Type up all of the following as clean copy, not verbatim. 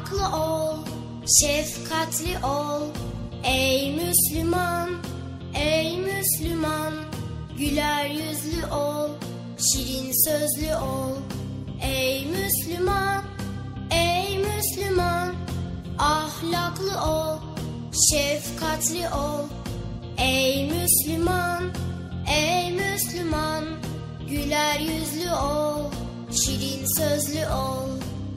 Ahlaklı ol, şefkatli ol. Ey Müslüman, ey Müslüman. Güler yüzlü ol, şirin sözlü ol. Ey Müslüman, ey Müslüman. Ahlaklı ol, şefkatli ol. Ey Müslüman, ey Müslüman. Güler yüzlü ol, şirin sözlü ol.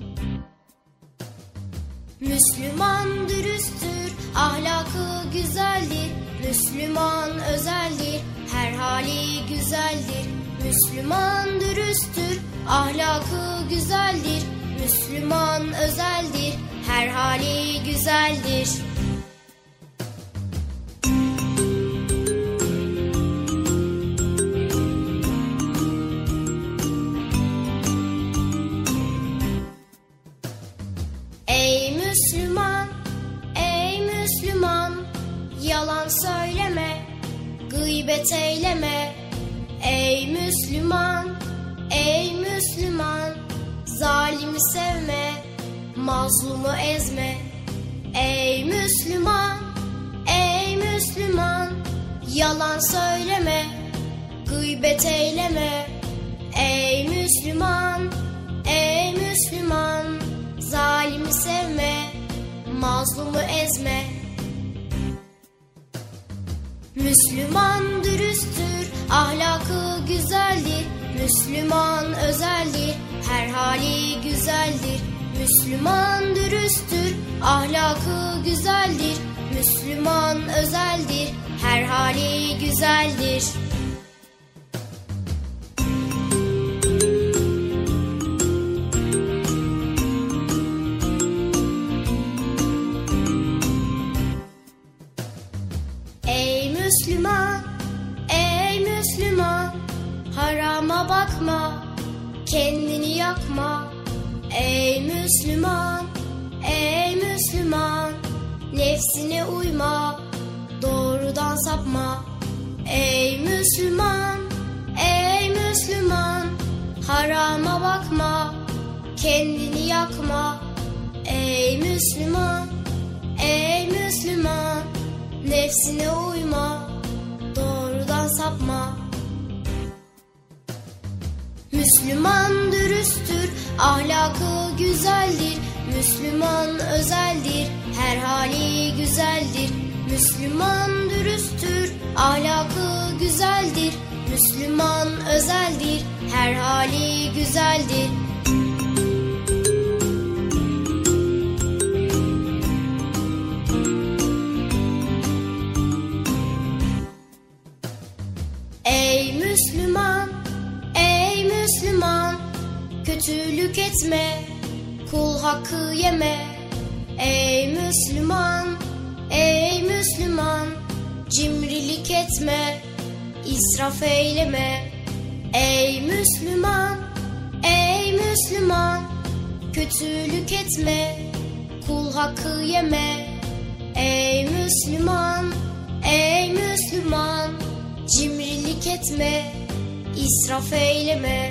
Müslüman dürüsttür, ahlakı güzeldir. Müslüman özeldir, her hali güzeldir. Müslüman dürüsttür, ahlakı güzeldir. Müslüman özeldir, her hali güzeldir. Ey Müslüman, ey Müslüman. Yalan söyleme, gıybet eyleme. Ey Müslüman, ey Müslüman. Zalimi sevme, mazlumu ezme. Ey Müslüman, ey Müslüman. Yalan söyleme, gıybet eyleme. Ey Müslüman, ey Müslüman. Zalimi sevme, mazlumu ezme. Müslüman dürüsttür, ahlakı güzeldir. Müslüman özeldir, her hali güzeldir. Müslüman dürüsttür, ahlakı güzeldir. Müslüman özeldir, her hali güzeldir. Ey Müslüman, ey Müslüman. Harama bakma, kendini yakma. Ey Müslüman, ey Müslüman. Nefsine uyma, doğrudan sapma. Ey Müslüman, ey Müslüman. Harama bakma, kendini yakma. Ey Müslüman, ey Müslüman. Nefsine uyma, doğrudan sapma. Müslüman dürüsttür, ahlakı güzeldir. Müslüman özeldir, her hali güzeldir. Müslüman dürüsttür, ahlakı güzeldir. Müslüman özeldir, her hali güzeldir. Ey Müslüman, ey Müslüman. Kötülük etme, kul hakkı yeme. Ey Müslüman, ey Müslüman. Cimrilik etme, israf eyleme. Ey Müslüman, ey Müslüman. Kötülük etme, kul hakkı yeme. Ey Müslüman, ey Müslüman. Cimrilik etme, israf eyleme.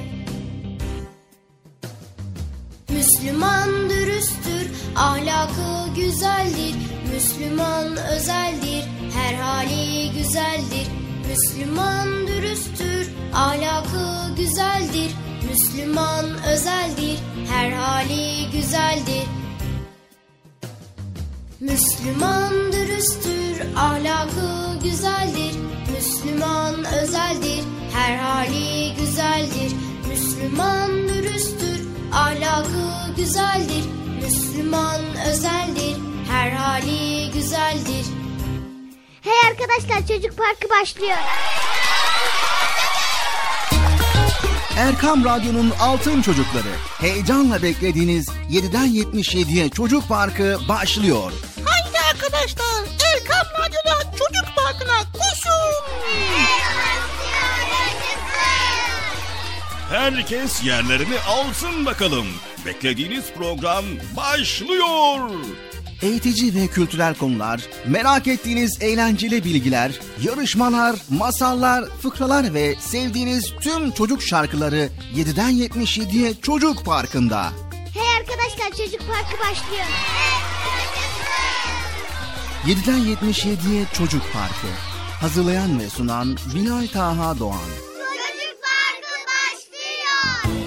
Müslüman dürüsttür, ahlakı güzeldir. Müslüman özeldir, her hali güzeldir. Müslüman dürüsttür, ahlakı güzeldir. Müslüman özeldir, her hali güzeldir. Müslüman dürüsttür, ahlakı güzeldir. Müslüman özeldir, her hali güzeldir. Müslüman dürüsttür, ahlakı güzeldir. Müslüman özeldir, her hali güzeldir. Hey arkadaşlar, Çocuk Parkı başlıyor. Erkam Radyo'nun Altın Çocukları. Heyecanla beklediğiniz 7'den 77'ye Çocuk Parkı başlıyor. Haydi arkadaşlar, Erkam Radyo'da Çocuk Parkı'na koşun. Herkes yerlerini alsın bakalım. Beklediğiniz program başlıyor. Eğitici ve kültürel konular, merak ettiğiniz eğlenceli bilgiler, yarışmalar, masallar, fıkralar ve sevdiğiniz tüm çocuk şarkıları 7'den 77'ye Çocuk Parkı'nda. Hey arkadaşlar, arkadaşlar, Çocuk Parkı başlıyor. 7'den 77'ye Çocuk Parkı. Hazırlayan ve sunan Vinay Taha Doğan. Çocuk Parkı başlıyor.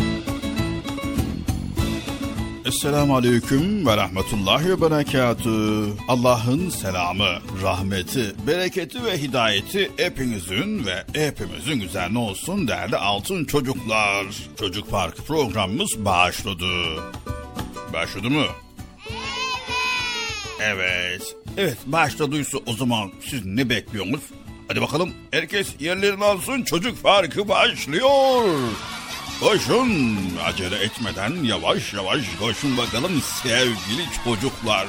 Esselamu Aleyküm ve Rahmetullahi ve Berekatühü. Allah'ın selamı, rahmeti, bereketi ve hidayeti hepinizin ve hepimizin üzerine olsun değerli altın çocuklar. Çocuk Parkı programımız başladı. Başladı mı? Evet. Evet, başladıysa o zaman siz ne bekliyorsunuz? Hadi bakalım, herkes yerlerini alsın, Çocuk Parkı başlıyor. Koşun, acele etmeden yavaş yavaş koşun bakalım sevgili çocuklar.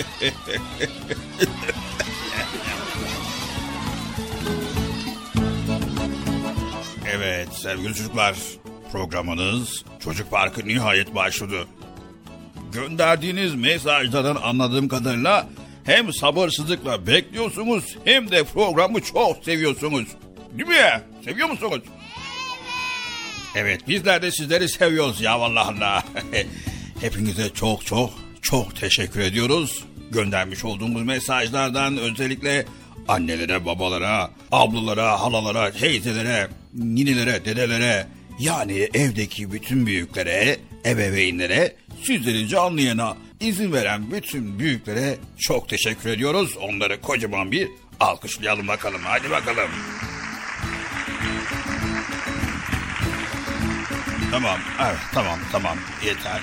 Evet sevgili çocuklar, programınız Çocuk Parkı nihayet başladı. Gönderdiğiniz mesajlardan anladığım kadarıyla hem sabırsızlıkla bekliyorsunuz hem de programı çok seviyorsunuz. Değil mi? Seviyor musunuz? Evet, bizler de sizleri seviyoruz ya vallahi. Hepinize çok teşekkür ediyoruz. Göndermiş olduğumuz mesajlardan özellikle annelere, babalara, ablalara, halalara, teyzelere, ninelere, dedelere, yani evdeki bütün büyüklere, ebeveynlere, sizleri canlı yayına izin veren bütün büyüklere çok teşekkür ediyoruz. Onları kocaman bir alkışlayalım bakalım. Hadi bakalım. Tamam, evet, tamam, yeter.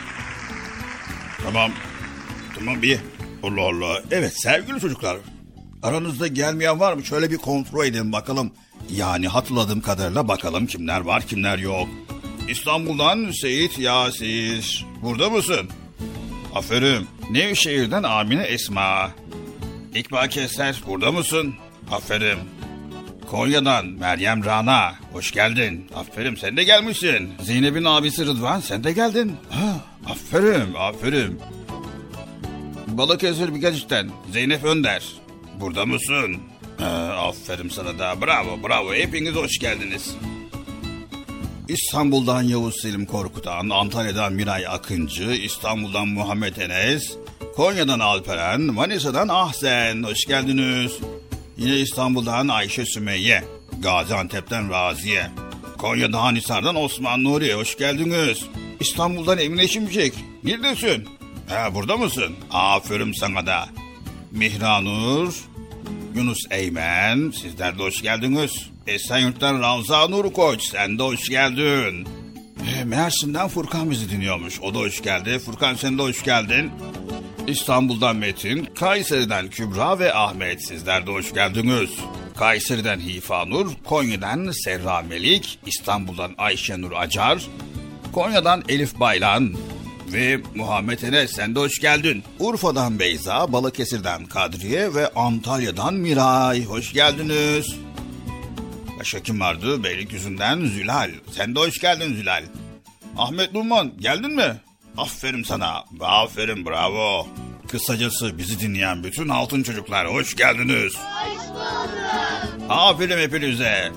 Tamam bir. Allah. Evet sevgili çocuklar, aranızda gelmeyen var mı? Şöyle bir kontrol edelim bakalım. Yani hatırladığım kadarıyla bakalım kimler var, kimler yok. İstanbul'dan Seyit Yasir, burada mısın? Aferin. Nevşehir'den Amine Esma. İkbal Keser, burada mısın? Aferin. Konya'dan Meryem Rana, hoş geldin. Aferin, sen de gelmişsin. Zeynep'in abisi Rıdvan, sen de geldin. Ha, aferin. Balıkesir Bigaç'tan Zeynep Önder, burada mısın? Aferin sana da, bravo, hepiniz hoş geldiniz. İstanbul'dan Yavuz Selim Korkutan, Antalya'dan Miray Akıncı, İstanbul'dan Muhammed Enes, Konya'dan Alperen, Manisa'dan Ahsen, hoş geldiniz. Yine İstanbul'dan Ayşe Sümeyye, Gaziantep'ten Raziye, Konya'dan Hanisar'dan Osman Nuri, hoş geldiniz. İstanbul'dan Emine Şimşek, neredesin? Burada mısın? Aferin sana da. Mihranur, Yunus Eymen, sizler de hoş geldiniz. Esenyurt'tan Ravza Nur Koç, sen de hoş geldin. Mersin'den Furkan bizi dinliyormuş, o da hoş geldi. Furkan, sen de hoş geldin. İstanbul'dan Metin, Kayseri'den Kübra ve Ahmet, sizler de hoş geldiniz. Kayseri'den Hifanur, Konya'dan Serra Melik, İstanbul'dan Ayşenur Acar, Konya'dan Elif Baylan ve Muhammed Enes, sen de hoş geldin. Urfa'dan Beyza, Balıkesir'den Kadriye ve Antalya'dan Miray, hoş geldiniz. Başka kim vardı? Beylikdüzü'nden Zülal, sen de hoş geldin Zülal. Ahmet Numan, geldin mi? Aferin sana, aferin, bravo. Kısacası bizi dinleyen bütün altın çocuklar, hoş geldiniz. Hoş bulduk. Aferin hepinize.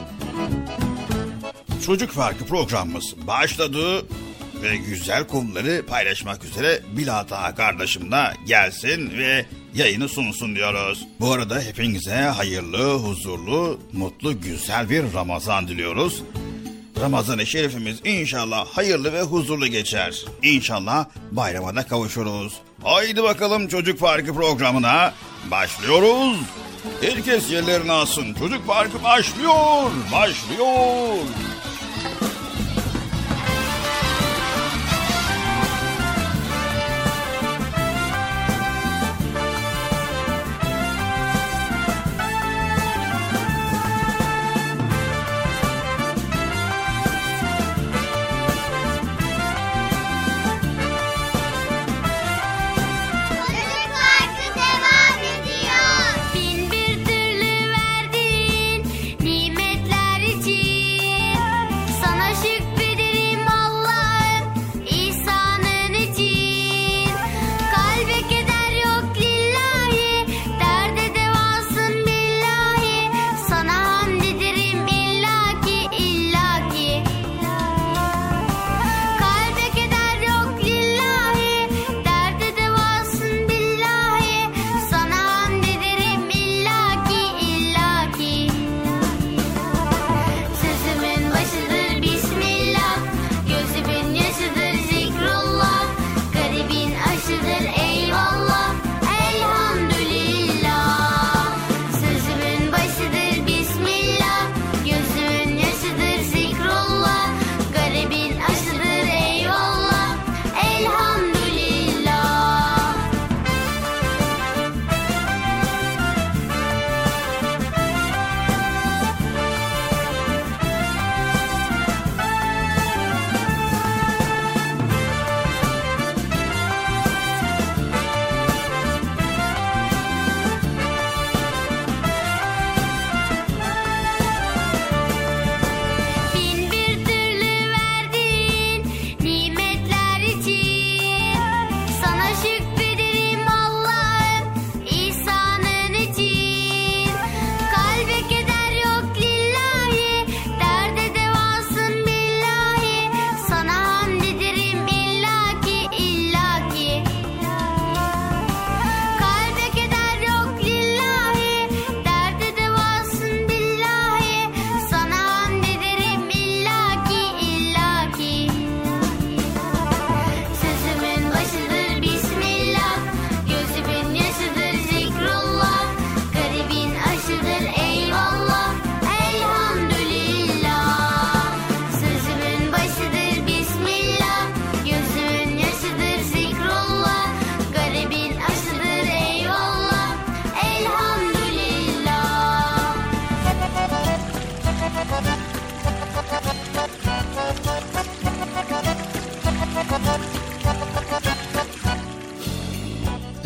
Çocuk Parkı programımız başladı ve güzel konuları paylaşmak üzere Bilata kardeşim de gelsin ve yayını sunsun diyoruz. Bu arada hepinize hayırlı, huzurlu, mutlu, güzel bir Ramazan diliyoruz. Ramazan-ı Şerifimiz inşallah hayırlı ve huzurlu geçer. İnşallah bayrama da kavuşuruz. Haydi bakalım Çocuk Parkı programına başlıyoruz. Herkes yerlerini alsın. Çocuk Parkı başlıyor. Bin bir türlü verdiğin nimetler için sana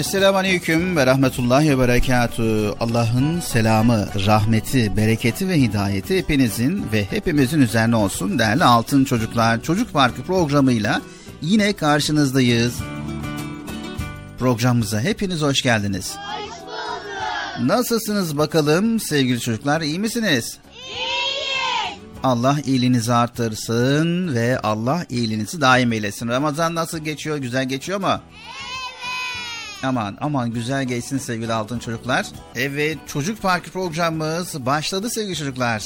Esselamu Aleyküm ve Rahmetullahi ve Berekatühü. Allah'ın selamı, rahmeti, bereketi ve hidayeti hepinizin ve hepimizin üzerine olsun değerli altın çocuklar. Çocuk Parkı programıyla yine karşınızdayız. Programımıza hepiniz hoş geldiniz. Hoş bulduk. Nasılsınız bakalım sevgili çocuklar, iyi misiniz? İyiyiz. Allah iyiliğinizi artırsın ve Allah iyiliğinizi daim eylesin. Ramazan nasıl geçiyor? Güzel geçiyor mu? Aman güzel geçsin sevgili altın çocuklar. Evet, Çocuk Parkı programımız başladı sevgili çocuklar.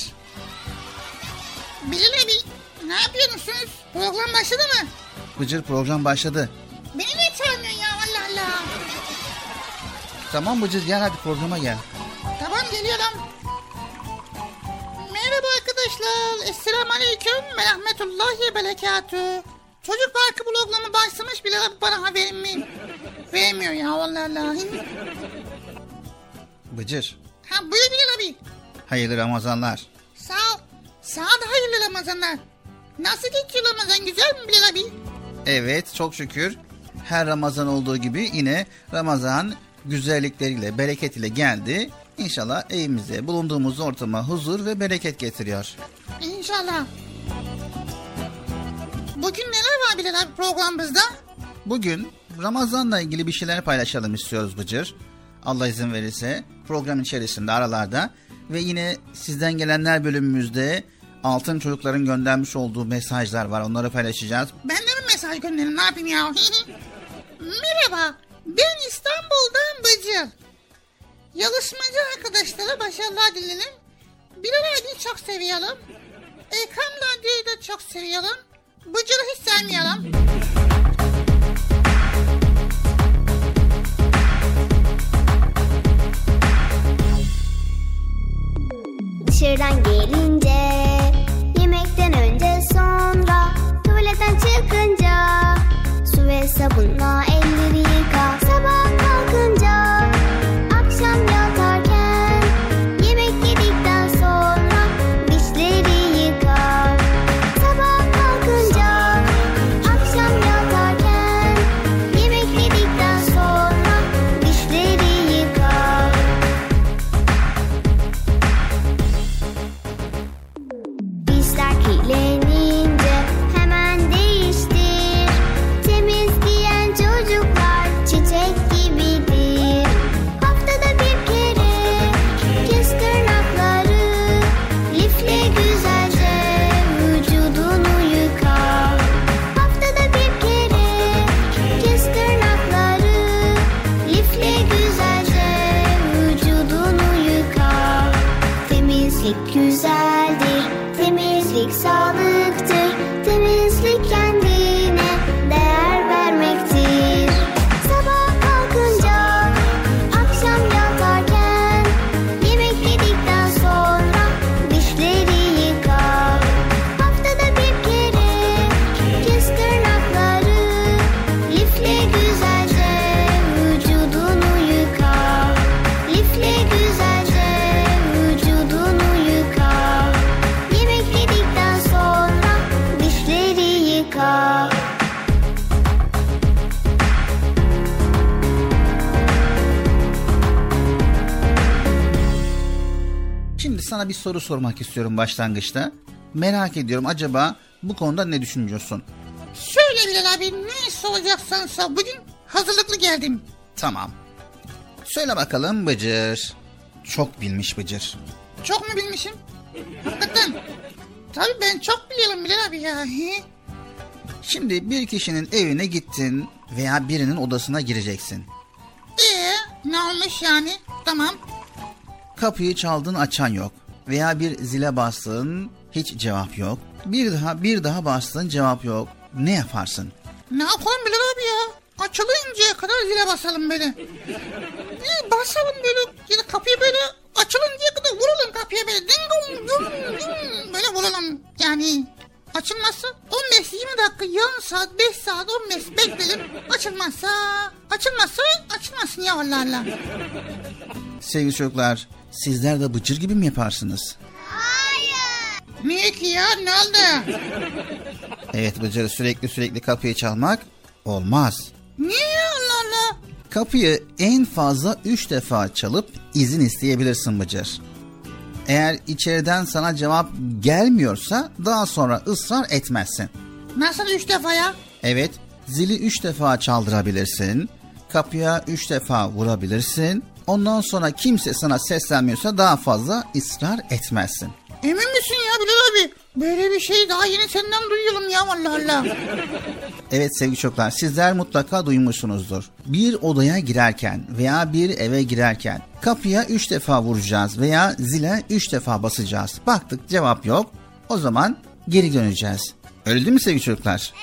Bilal abi ne yapıyorsunuz? Program başladı mı? Bıcır, program başladı. Beni niye çağırmıyorsun ya Allah Allah. Tamam Bıcır, gel hadi programa gel. Tamam geliyorum. Merhaba arkadaşlar. Esselamu Aleyküm ve Rahmetullahi ve Berekatühü. Çocuk Parkı programı başlamış, Bilal abi bana haberim mi? Vermiyor ya vallahi. Bıcır, Ha buyur Bilal abi. hayırlı Ramazanlar. Sağ ol. Sana da hayırlı Ramazanlar. Nasıl geçiyor Ramazan, güzel mi Bilal abi? Evet, çok şükür her Ramazan olduğu gibi yine Ramazan güzellikleriyle, bereketiyle geldi. İnşallah evimize, bulunduğumuz ortama huzur ve bereket getiriyor. İnşallah. Bugün neler var Bilal abi programımızda? Bugün Ramazan'la ilgili bir şeyler paylaşalım istiyoruz Bıcır. Allah izin verirse program içerisinde aralarda ve yine sizden gelenler bölümümüzde altın çocukların göndermiş olduğu mesajlar var. Onları paylaşacağız. Ben de mi mesaj gönderim, ne yapayım ya? Merhaba, ben İstanbul'dan Bıcır. Yarışmacı arkadaşlara başarılar dilerim. Bilal abiyi çok seviyorum. Erkam Radyo'yu da çok seviyorum. Bıcır'ı hiç sevmiyorum. Dışarıdan gelince, yemekten önce sonra, tuvaletten çıkınca, su ve sabunla elleri yıka. Sabah kalkınca, akşam yatarken, yemek yedikten sonra dişleri yıka. Sabah kalkınca, akşam yatarken, yemek yedikten sonra dişleri yıka. Dişler kirlenince hemen değiştir. Temizleyen çocuklar çiçek gibidir. Haftada bir kere kes tırnakları. Lifle güzelce vücudunu yıka. Haftada bir kere kes tırnakları. Lifle güzelce vücudunu yıka. Temizlik güzeldir, temizlik sağlıktır, temizlik kendine değer vermektir. Sabah kalkınca, akşam yatarken, yemek yedikten sonra dişleri yıka. Haftada bir kere kes tırnakları, lifle güzelce vücudunu yıka. Lifle güzelce vücudunu yıka. Yemek yedikten sonra dişleri yıka. Şimdi sana bir soru sormak istiyorum başlangıçta. Merak ediyorum, acaba bu konuda ne düşünüyorsun? Söyle Bilal abi, ne soracaksan sor. Bugün hazırlıklı geldim. Tamam. Söyle bakalım Bıcır. Çok bilmiş Bıcır. Çok mu bilmişim? Hakikaten. Tabii ben çok biliyorum Bilal abi ya. Şimdi bir kişinin evine gittin veya birinin odasına gireceksin. Ne olmuş yani? Tamam. Kapıyı çaldın, açan yok. Veya bir zile bastın, hiç cevap yok. Bir daha bastın, cevap yok. Ne yaparsın? Ne yapalım Bilal abi ya? Açılıncaya kadar zile basalım böyle. Basalım böyle, ya da kapıyı böyle açılıncaya kadar vuralım kapıya böyle. Ding dong dong ding, böyle vuralım. Yani açılmazsa 15-20 dakika, yarım saat, 5 saat, 15 bekleyelim. Açılmazsa açılmasın ya Allah Allah. Sevgili çocuklar, sizler de Bıcır gibi mi yaparsınız? Niye ki ya, ne oldu? Evet Bıcır, sürekli kapıyı çalmak olmaz. Niye ya Allah Allah? Kapıyı en fazla 3 defa çalıp izin isteyebilirsin Bıcır. Eğer içeriden sana cevap gelmiyorsa daha sonra ısrar etmezsin. Nasıl 3 defa ya? Evet, zili 3 defa çaldırabilirsin, kapıya 3 defa vurabilirsin. Ondan sonra kimse sana seslenmiyorsa daha fazla ısrar etmezsin. Emin misin ya Bilal abi? Böyle bir şey daha yeni senden duyuyorum ya, Allah Allah. Evet sevgili çocuklar, sizler mutlaka duymuşsunuzdur. Bir odaya girerken veya bir eve girerken kapıya 3 defa vuracağız veya zile 3 defa basacağız. Baktık cevap yok, o zaman geri döneceğiz. Öyle değil mi sevgili çocuklar?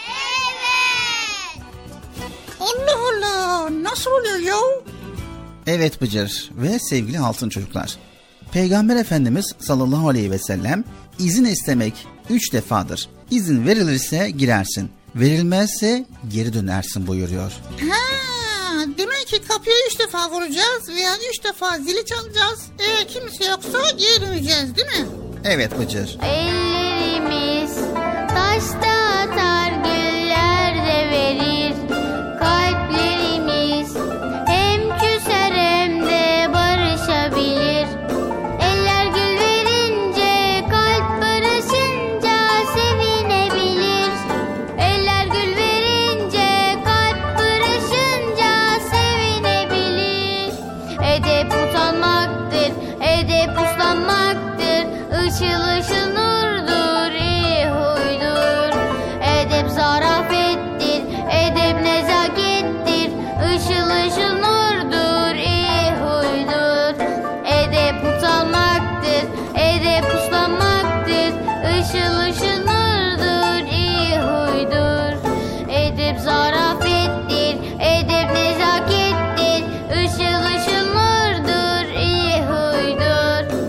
Allah Allah, nasıl oluyor ya? Evet Bıcır ve sevgili altın çocuklar. Peygamber Efendimiz sallallahu aleyhi ve sellem izin istemek 3 defadır. İzin verilirse girersin, verilmezse geri dönersin buyuruyor. Ha, demek ki kapıya 3 defa vuracağız veya 3 defa zili çalacağız. Eğer kimse yoksa geri döneceğiz değil mi? Evet Bıcır. Ellerimiz taşta atar, güller de verir. Kalplerimiz hem küser hem de barışabilir. Eller gül verince, kalp barışınca sevinebilir. Eller gül verince, kalp barışınca sevinebilir. Edep utanmaktır, edep uslanmaktır. Işıl ışıl nurdur, iyi huydur. Edep zarafettir, edep nezakettir. Işıl ışıl nurdur, iyi huydur. Edep utanmaktır, edep uslanmaktır. Işıl ışıl nurdur, iyi huydur. Edep zarafettir, edep nezakettir. Işıl ışıl nurdur, iyi huydur.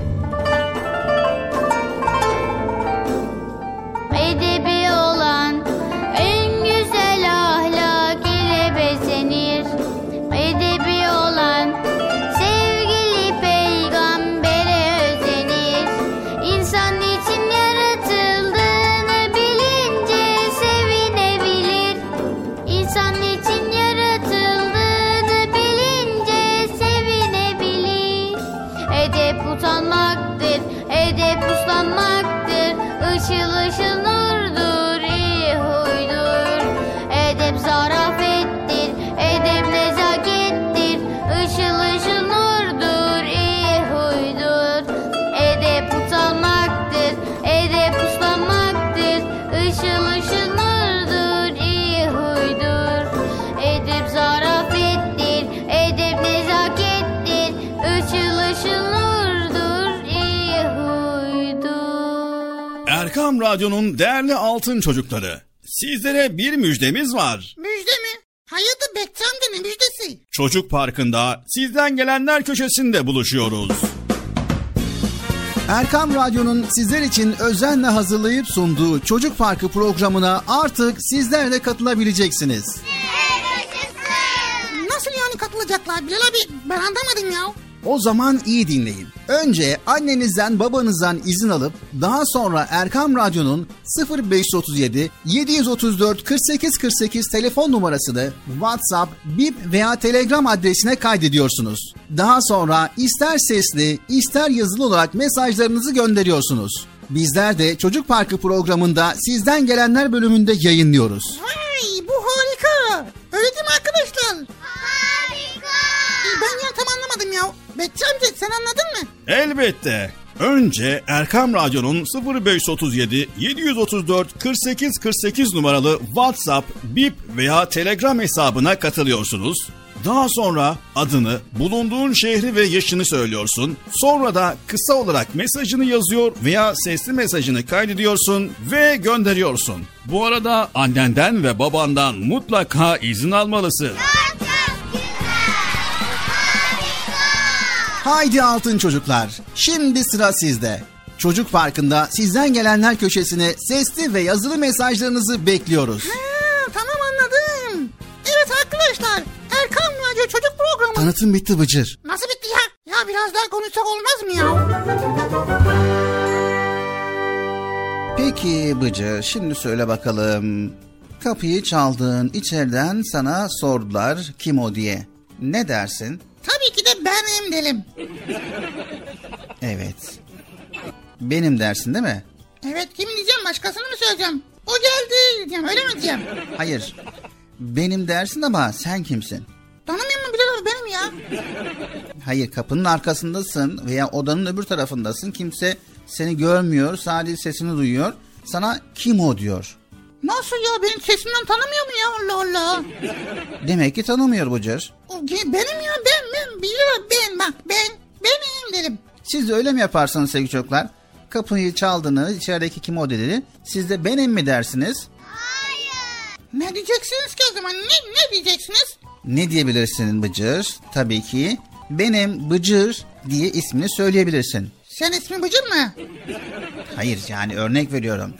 Edebi olan en güzel ahlak ile bezenir. Edebi olan sevgili peygambere özenir. İnsan için yaratıldığını bilince sevinebilir. İnsan için yaratıldığını bilince sevinebilir. Edep utanmaktır, edep uslanmaktır. Işıl ışıl nurdur, iyi huydur. Edep zarafettir, edep nezakettir. Işıl ışıl nurdur, iyi huydur. Edep utanmaktır, edep uslanmaktır. Işıl ışıl nurdur, iyi huydur. Edep zarafettir, edep nezakettir. Işıl ışıl nurdur, iyi huydur. Erkam Radyo'nun değerli altın çocukları, sizlere bir müjdemiz var. Müjde mi? Hayırdır Bekçi amca, ne müjdesi? Çocuk Parkı'nda sizden gelenler köşesinde buluşuyoruz. Erkam Radyo'nun sizler için özenle hazırlayıp sunduğu Çocuk Parkı programına artık sizler de katılabileceksiniz. Nasıl yani katılacaklar Bilal abi? Ben anlamadım ya. O zaman iyi dinleyin. Önce annenizden babanızdan izin alıp daha sonra Erkam Radyo'nun 0537 734 48 48 telefon numarasını WhatsApp, Bip veya Telegram adresine kaydediyorsunuz. Daha sonra ister sesli ister yazılı olarak mesajlarınızı gönderiyorsunuz. Bizler de Çocuk Parkı programında sizden gelenler bölümünde yayınlıyoruz. Vay, bu harika. Öyle değil mi arkadaşlar? Harika. Ben ya tam anlamadım ya. Bekçi amca sen anladın mı? Elbette. Önce Erkam Radyo'nun 0537 734 48 48 numaralı WhatsApp, Bip veya Telegram hesabına katılıyorsunuz. Daha sonra adını, bulunduğun şehri ve yaşını söylüyorsun. Sonra da kısa olarak mesajını yazıyor veya sesli mesajını kaydediyorsun ve gönderiyorsun. Bu arada annenden ve babandan mutlaka izin almalısın. Haydi altın çocuklar, şimdi sıra sizde. Çocuk Parkı'nda sizden gelenler köşesine sesli ve yazılı mesajlarınızı bekliyoruz. Tamam anladım. Evet arkadaşlar, Erkam Radyo Çocuk Programı. Tanıtım bitti Bıcır. Nasıl bitti ya? Ya biraz daha konuşsak olmaz mı ya? Peki Bıcır, şimdi söyle bakalım. Kapıyı çaldın, içeriden sana sordular kim o diye. Ne dersin? Tabii ki de benim derim. Evet. Benim dersin değil mi? Evet, kim diyeceğim, başkasını mı söyleyeceğim? O geldi diyeceğim, öyle mi diyeceğim? Hayır. Benim dersin ama sen kimsin? Tanımıyor mu Bilal abi, benim ya? Hayır, kapının arkasındasın veya odanın öbür tarafındasın. Kimse seni görmüyor, sadece sesini duyuyor. Sana kim o diyor. Nasıl ya, benim sesimden tanımıyor mu ya, Allah Allah? Demek ki tanımıyor Bıcır. Benim ya, ben Bilal abi, benim derim. Siz de öyle mi yaparsınız sevgili çocuklar? Kapıyı çaldınız, içerideki kim o dedi. Siz de benim mi dersiniz? Ne diyeceksiniz ki o zaman, ne diyeceksiniz? Ne diyebilirsin Bıcır? Tabii ki benim Bıcır diye ismini söyleyebilirsin. Sen ismin Bıcır mı? Hayır, yani örnek veriyorum.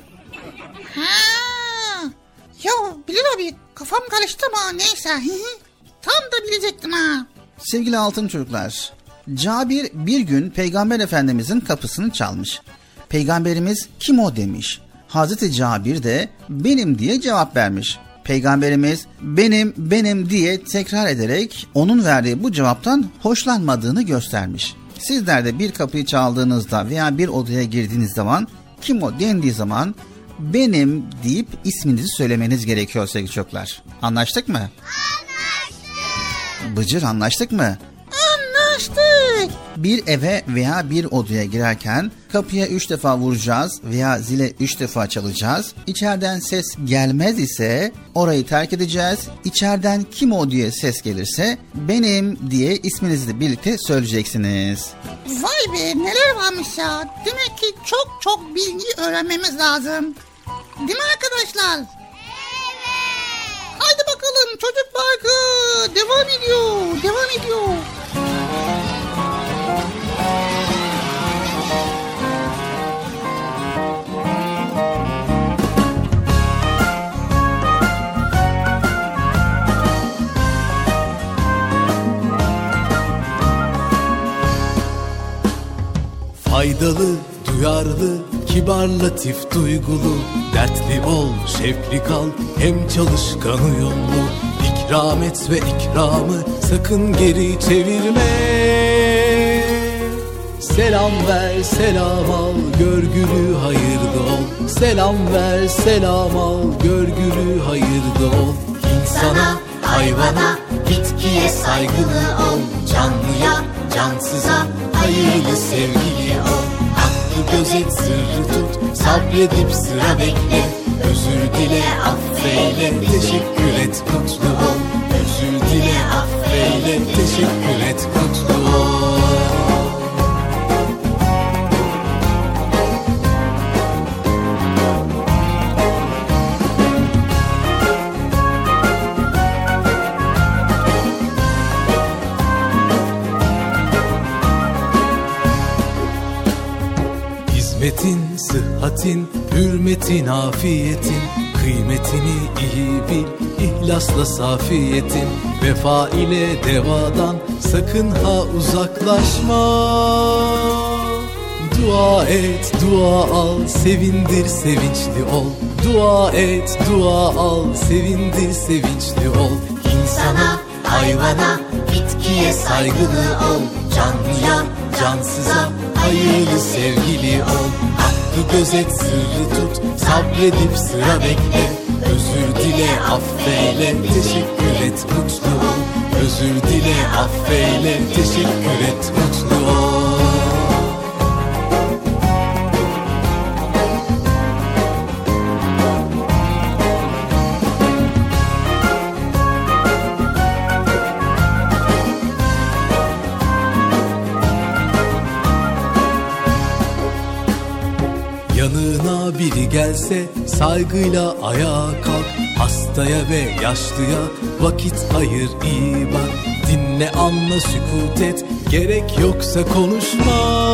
Ha. Ya Bilal abi, kafam karıştı ama neyse. Tam da bilecektim ha. Sevgili altın çocuklar, Cabir bir gün Peygamber Efendimizin kapısını çalmış. Peygamberimiz kim o demiş. Hazreti Cabir de benim diye cevap vermiş. Peygamberimiz benim diye tekrar ederek onun verdiği bu cevaptan hoşlanmadığını göstermiş. Sizler de bir kapıyı çaldığınızda veya bir odaya girdiğiniz zaman kim o dendiği zaman benim deyip isminizi söylemeniz gerekiyor sevgili çocuklar. Anlaştık mı? Anlaştık. Bıcır, anlaştık mı? Anlaştık. Bir eve veya bir odaya girerken kapıya 3 defa vuracağız veya zile 3 defa çalacağız. İçeriden ses gelmez ise orayı terk edeceğiz. İçeriden kim o diye ses gelirse benim diye isminizi de birlikte söyleyeceksiniz. Vay be, neler varmış ya. Demek ki çok bilgi öğrenmemiz lazım. Değil mi arkadaşlar? Evet. Haydi bakalım, çocuk parkı devam ediyor. Faydalı, duyarlı, kibar, latif, duygulu, dertli ol, şevkli kal, hem çalışkan uyumlu. İkram et ve ikramı sakın geri çevirme. Selam ver, selam al, görgülü hayırlı ol. Selam ver, selam al, görgülü hayırlı ol. İnsana, hayvana, bitkiye saygılı ol. Canlıya, cansıza hayırlı sevgili ol. Hakkı gözet, sırrı tut, sabredip sıra bekle. Özür dile, affeyle, teşekkür et, mutlu ol. Özür dile, affeyle, teşekkür et, mutlu ol. Hizmetin, sıhhatin, hürmetin, afiyetin, kıymetini iyi bil, ihlasla safiyetin. Vefa ile devadan sakın ha uzaklaşma. Dua et, dua al, sevindir, sevinçli ol. Dua et, dua al, sevindir, sevinçli ol. İnsana, hayvana, bitkiye saygılı ol. Canlıya, cansıza hayırlı sevgili ol. Hakkı gözet, sırrı tut, sabredip sıra bekle. Özür dile, affeyle, teşekkür et, mutlu ol. Özür dile, affeyle, teşekkür et, mutlu ol. Yanına biri gelse saygıyla ayağa kalk. Hastaya ve yaşlıya vakit ayır, iyi bak. Dinle, anla, sükut et, gerek yoksa konuşma.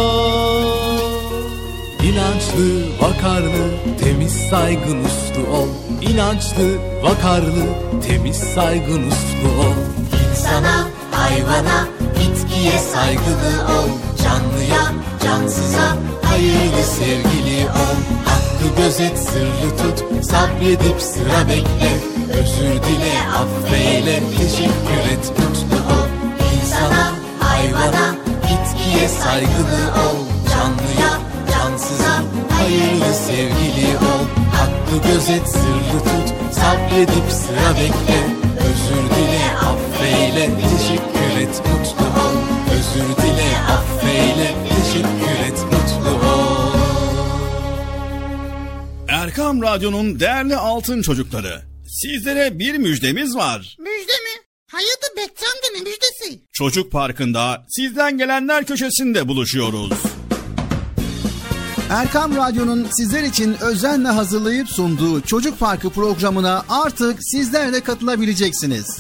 İnançlı, vakarlı, temiz, saygın, uslu ol. İnançlı, vakarlı, temiz, saygın, uslu ol. İnsana, hayvana, bitkiye saygılı ol. Canlıya, cansıza hayırlı sevgili ol. Hakkı gözet, sırrı tut, sabredip sıra bekle. Özür dile, affeyle, teşekkür et, mutlu ol. hayvana, bitkiye saygılı ol. Canlıya, cansıza hayırlı sevgili ol. Hakkı gözet, sırrı tut, sabredip sıra bekle. Özür dile, affeyle, teşekkür et, mutlu ol. Özür dile, affeyle, teşekkür et, mutlu ol. Erkam Radyo'nun değerli altın çocukları, sizlere bir müjdemiz var. Müjde mi? Hayırdır Bekçi amca, ne müjdesi? Çocuk Parkı'nda sizden gelenler köşesinde buluşuyoruz. Erkam Radyo'nun sizler için özenle hazırlayıp sunduğu Çocuk Parkı programına artık sizler de katılabileceksiniz.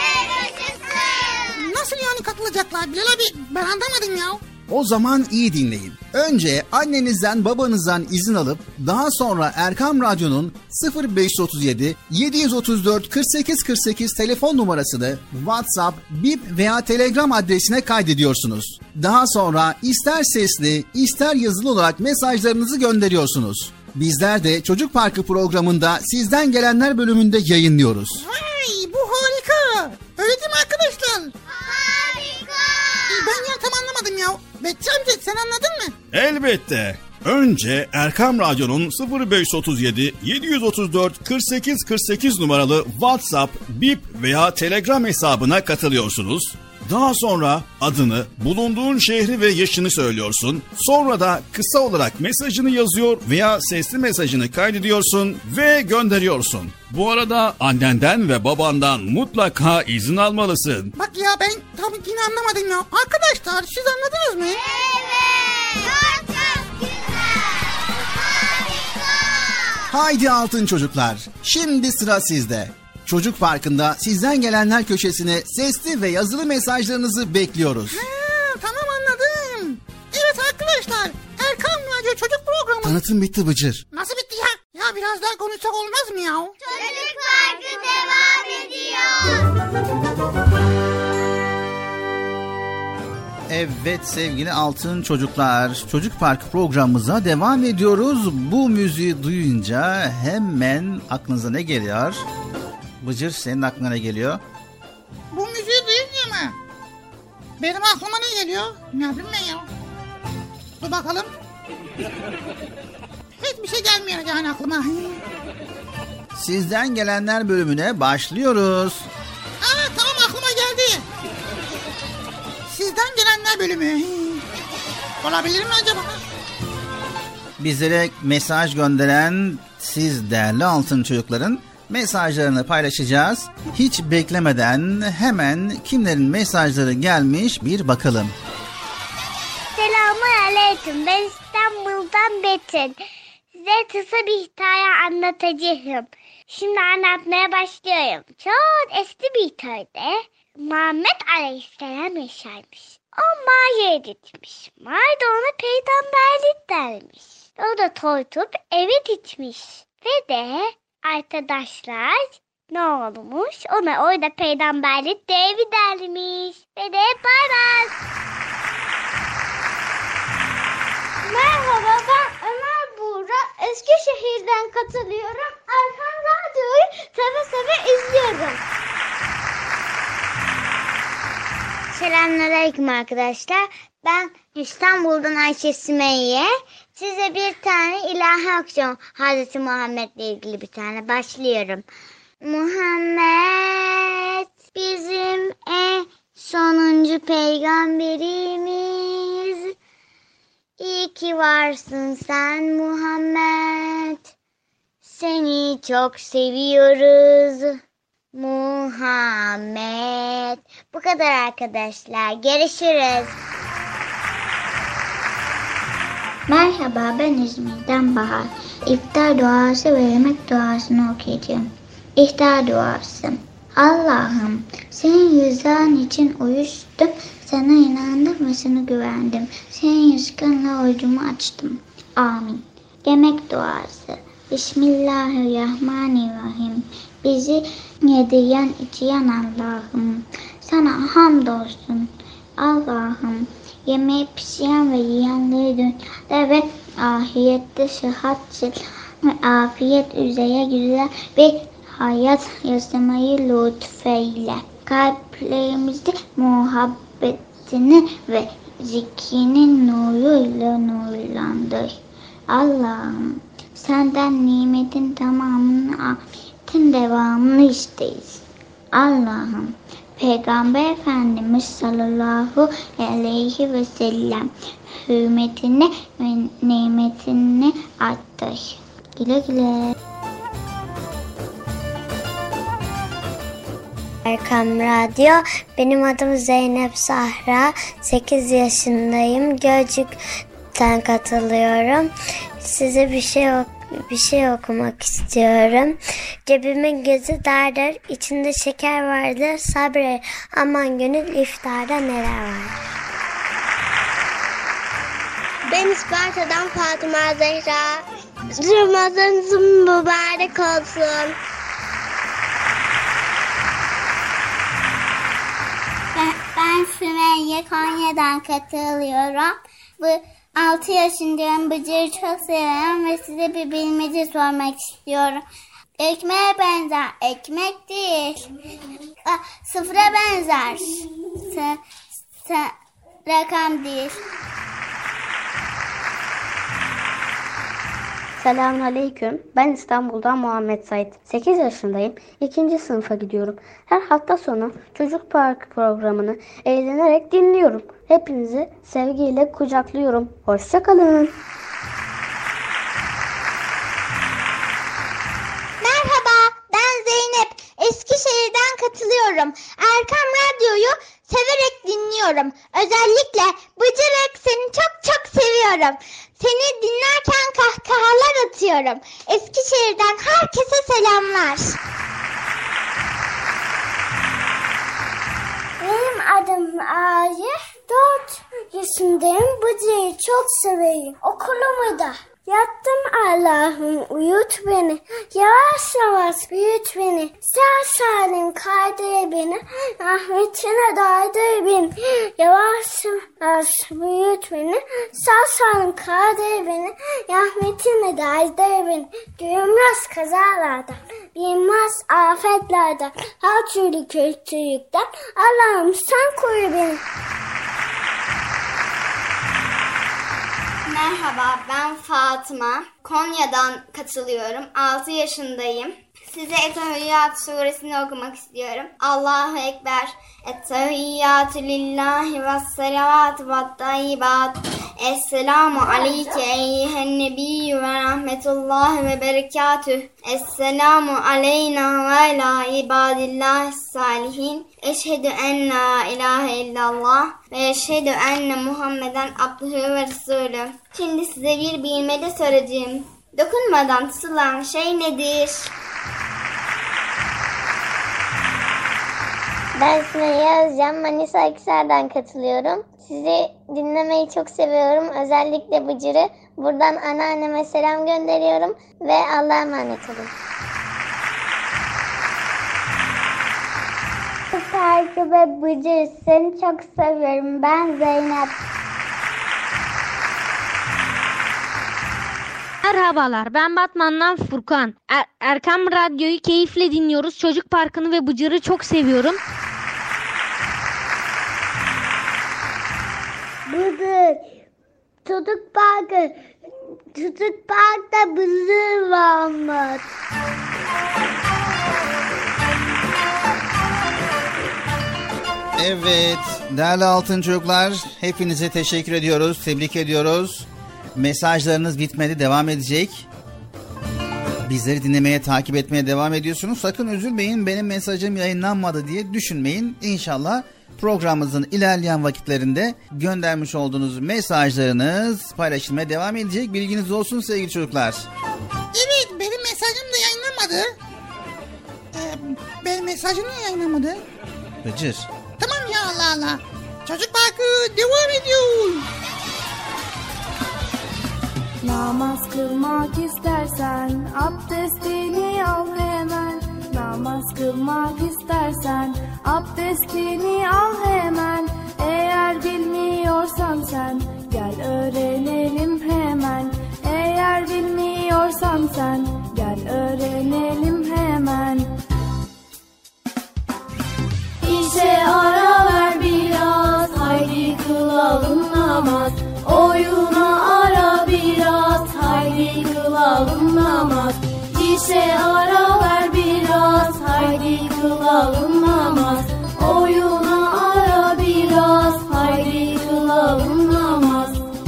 Nasıl yani katılacaklar Bilal abi? Ben anlamadım ya. O zaman iyi dinleyin. Önce annenizden babanızdan izin alıp daha sonra Erkam Radyo'nun 0537 734 48 48 telefon numarasını WhatsApp, Bip veya Telegram adresine kaydediyorsunuz. Daha sonra ister sesli ister yazılı olarak mesajlarınızı gönderiyorsunuz. Bizler de Çocuk Parkı programında sizden gelenler bölümünde yayınlıyoruz. Vay, bu harika. Öyle değil mi arkadaşlar? Harika. Ben ya tam anlamadım ya. Bekçi amca sen anladın mı? Elbette. Önce Erkam Radyo'nun 0537 734 48 48 numaralı WhatsApp, Bip veya Telegram hesabına katılıyorsunuz. Daha sonra adını, bulunduğun şehri ve yaşını söylüyorsun. Sonra da kısa olarak mesajını yazıyor veya sesli mesajını kaydediyorsun ve gönderiyorsun. Bu arada annenden ve babandan mutlaka izin almalısın. Bak ya ben tam yine anlamadım ya. Arkadaşlar siz anladınız mı? Çok güzel. Harika. Haydi altın çocuklar, şimdi sıra sizde. Çocuk Parkı'nda sizden gelenler köşesine sesli ve yazılı mesajlarınızı bekliyoruz. Tamam anladım. Evet arkadaşlar, Erkam Radyo Çocuk Programı. Tanıtım bitti Bıcır. Nasıl bitti ya? Ya biraz daha konuşsak olmaz mı ya? Çocuk Parkı devam ediyor. Evet sevgili altın çocuklar, Çocuk Parkı programımıza devam ediyoruz. Bu müziği duyunca hemen aklınıza ne geliyor? Bıcır, senin aklına ne geliyor? Bu müziği duyunca mı? Benim aklıma ne geliyor? Ne yapayım ben ya? Dur bakalım. Hiçbir şey gelmiyor yani aklıma. Sizden gelenler bölümüne başlıyoruz. Tamam aklıma geldi. Sizden gelenler bölümü. Olabilir mi acaba? Bizlere mesaj gönderen siz değerli altın çocukların mesajlarını paylaşacağız. Hiç beklemeden hemen kimlerin mesajları gelmiş bir bakalım. Selamünaleyküm. Ben İstanbul'dan Betül. Size kısa bir hikaye anlatacağım. Şimdi anlatmaya başlıyorum. Çok eski bir köyde Muhammed Aleyhisselam yaşarmış. O mağaraya gitmiş. Mağarada ona peygamberlik dermiş. O da toytup eve gitmiş. Ve de arkadaşlar ne olmuş? Ona orada peygamberlik devi dermiş. Ve de bay bay. Merhaba, ben Ömer Buğra. Eskişehir'den katılıyorum. Erkam Radyo'yu seve seve izliyorum. Selamünaleyküm arkadaşlar. Ben İstanbul'dan Ayşe Sümeyye. Size bir tane ilahi akşam Hazreti Muhammed'le ilgili bir tane başlıyorum. Muhammed bizim en sonuncu peygamberimiz. İyi ki varsın sen Muhammed. Seni çok seviyoruz. Muhammed. Bu kadar arkadaşlar. Görüşürüz. Merhaba, ben İzmir'den Bahar. İftar duası ve yemek duasını okuyacağım. İftar duası. Allah'ım, senin rızan için uyuştum. Sana inandım ve sana güvendim. Senin rızkınla orucumu açtım. Amin. Yemek duası. Bismillahirrahmanirrahim. Bizi yediren içiren Allah'ım. Sana hamdolsun. Allah'ım, yemeği pişiren ve yiyenleri dünyada ve ahirette sıhhat ve afiyet üzere güzel bir hayat yaşamayı lütfeyle. Kalplerimizde muhabbet nefsini ve zikrinin nuruyla nurlandır. Allah'ım senden nimetin tamamını, afiyetin devamını isteyiz. Allah'ım Peygamber Efendimiz sallallahu aleyhi ve sellem hürmetini ve nimetini arttır. Güle güle. Erkam Radyo. Benim adım Zeynep Zahra. 8 yaşındayım. Gölcük'ten katılıyorum. Size bir şey okumak istiyorum. Cebimin gözü dardır, içinde şeker vardır. Sabret, aman gönül iftarda neler var. Ben İsparta'dan Fatıma Zehra. Ramazanınız mübarek olsun. Ben Sümeyye, Konya'dan katılıyorum. 6 yaşındayım. Bıcır'ı çok seviyorum ve size bir bilmece sormak istiyorum. Ekmeğe benzer, ekmek değil. Sıfıra benzer, rakam değil. Selamünaleyküm. Ben İstanbul'dan Muhammed Said. 8 yaşındayım. 2. sınıfa gidiyorum. Her hafta sonu Çocuk Parkı programını eğlenerek dinliyorum. Hepinizi sevgiyle kucaklıyorum. Hoşça kalın. Merhaba, ben Zeynep. Eskişehir'den katılıyorum. Erkam Radyo'yu severek dinliyorum. Özellikle Bıcırık, seni çok çok seviyorum. Seni dinlerken kahkahalar atıyorum. Eskişehir'den herkese selamlar. Benim adım Ayşe. 4 yaşındayım. Bıcır'ı çok severim. Okulumu da. Yattım Allah'ım uyut beni. Yavaş yavaş büyüt beni. Sağ salim kaydır beni. Rahmetine daydır beni. Yavaş yavaş büyüt beni. Sağ salim kaydır beni. Rahmetine daydır beni. Görünmez kazalardan, bilmez afetlerden, her türlü kötülükten Allah'ım sen koru beni. Merhaba, ben Fatıma. Konya'dan katılıyorum. 6 yaşındayım. Size Ettehiyyat suresini okumak istiyorum. Allahu Ekber. Ettehiyyatü lillahi vesselavatu vettayyibat. Esselamu aleyke eyyihen nebiyyü ve rahmetullahi ve berekatüh. Esselamu aleyna ve ala ibadillahi salihin. Eşhedü en la ilahe illallah ve eşhedü enne Muhammeden abdühü ve resulü. Şimdi size bir bilmece soracağım. Dokunmadan tutulan şey nedir? Ben Sümeyye Özcan, Manisa Akhisar'dan katılıyorum. Sizi dinlemeyi çok seviyorum. Özellikle Bıcır'ı. Buradan anneanneme selam gönderiyorum ve Allah'a emanet olun. Parkı ve Bıcır, seni çok seviyorum. Ben Zeynep. Merhabalar, ben Batman'dan Furkan. Erkam Radyo'yu keyifle dinliyoruz. Çocuk Parkı'nı ve Bıcır'ı çok seviyorum. Bıcır, Çocuk Parkı. Çocuk Park'ta Bıcır varmış. Evet, değerli altın çocuklar, hepinize teşekkür ediyoruz, tebrik ediyoruz. Mesajlarınız bitmedi, devam edecek. Bizleri dinlemeye, takip etmeye devam ediyorsunuz. Sakın üzülmeyin, benim mesajım yayınlanmadı diye düşünmeyin. İnşallah programımızın ilerleyen vakitlerinde göndermiş olduğunuz mesajlarınız paylaşılmaya devam edecek. Bilginiz olsun sevgili çocuklar. Evet, benim mesajım da yayınlanmadı. Benim mesajım da yayınlanmadı. Bıcır. Tamam ya, Allah Allah. Çocuk Parkı devam ediyor. Namaz kılmak istersen abdestini al hemen. Namaz kılmak istersen abdestini al hemen. Eğer bilmiyorsan sen gel öğrenelim hemen. Eğer bilmiyorsan sen gel öğrenelim hemen. İşe ara ver biraz, haydi kılalım namaz. Oyuna ara biraz, haydi kılalım namaz. İşe ara ver biraz, haydi kılalım namaz. Oyuna ara biraz, haydi kılalım namaz.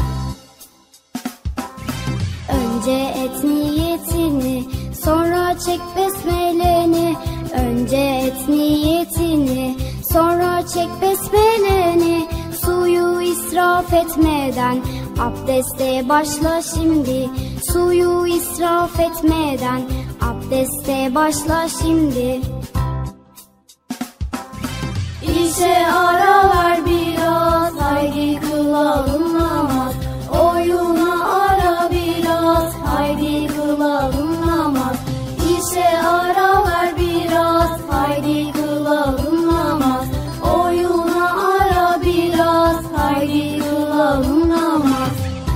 Önce et niyetini, sonra çek besmeleni. Önce et niyetini, sonra çek besmeleni. Suyu israf etmeden abdeste başla şimdi. Suyu israf etmeden abdeste başla şimdi. İşe ara ver biraz, haydi kılalım namaz. Oyuna ara biraz, haydi kılalım namaz. İşe ara ver biraz, haydi kılalım namaz. Oyuna ara biraz, haydi kılalım namaz.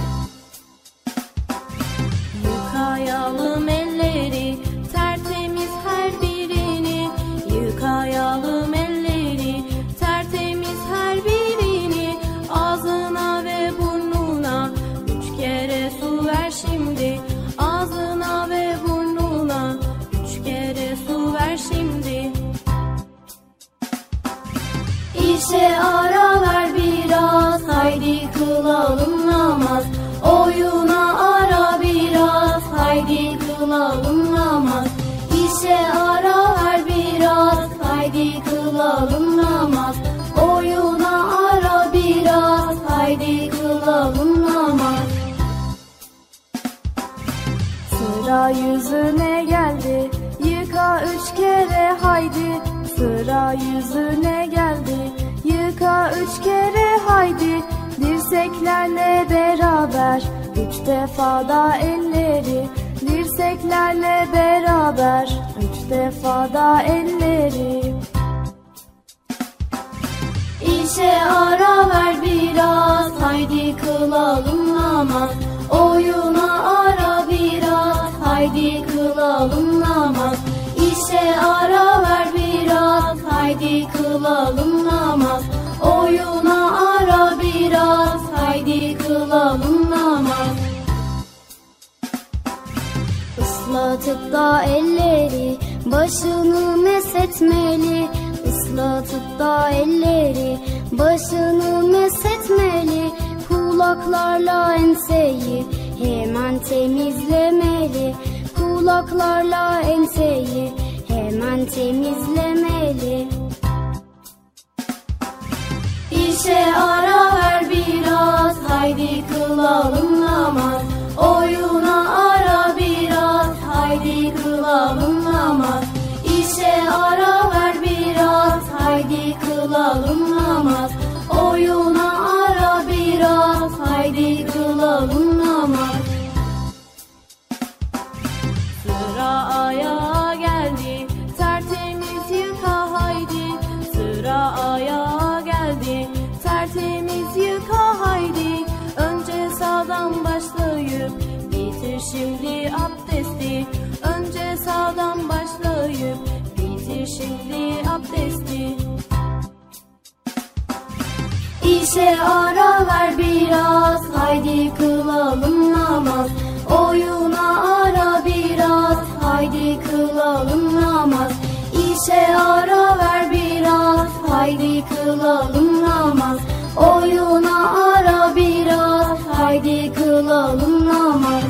Yıkayalım elleri, tertemiz her birini. Yıkayalım elleri, tertemiz her birini. Ağzına ve burnuna 3 kere su ver şimdi. Ağzına ve burnuna 3 kere su ver şimdi. İşe ara ver biraz, haydi kılalım namaz. Oyuna ara biraz, haydi kılalım namaz. İşe ara ver biraz, haydi kılalım namaz. Oyuna ara biraz, haydi kılalım namaz. Sıra yüzüne geldi, yıka 3 kere haydi. Sıra yüzüne geldi, yıka 3 kere haydi. Dirseklerle beraber 3 defa da elleri. Dirseklerle beraber 3 defa da elleri. İşe ara ver biraz, haydi kılalım namaz. Oyuna ara biraz, haydi kılalım namaz. İşe ara ver biraz, haydi kılalım namaz. Oyuna ara biraz, haydi kılalım namaz. Islatıp da elleri, başını mesetmeli. Islatıp da elleri, başını mesetmeli. Kulaklarla enseyi hemen temizlemeli. Kulaklarla enseyi hemen temizlemeli. İşe ara ver biraz, haydi kılalım namaz. Oyuna ara biraz, haydi kılalım namaz. İşe ara ver biraz, haydi kılalım namaz. Oyuna ara biraz, haydi kılalım namaz. Sıra ayağa geldi, tertemiz yıka haydi. Sıra ayağa geldi, tertemiz yıka haydi. Önce sağdan başlayıp bitir şimdi abdesti. Önce sağdan başlayıp bitir şimdi abdesti. İşe ara ver biraz, haydi kılalım namaz. Oyuna ara biraz, haydi kılalım namaz. İşe ara ver biraz, haydi kılalım namaz. Oyuna ara biraz, haydi kılalım namaz.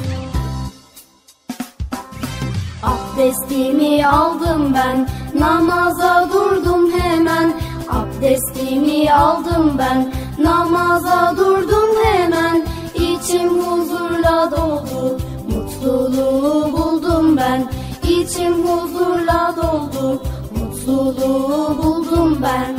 Abdestimi aldım ben, namaza durdum hemen. Abdestimi aldım ben, namaza durdum hemen. İçim huzurla doldu, mutluluğu buldum ben. İçim huzurla doldu, mutluluğu buldum ben.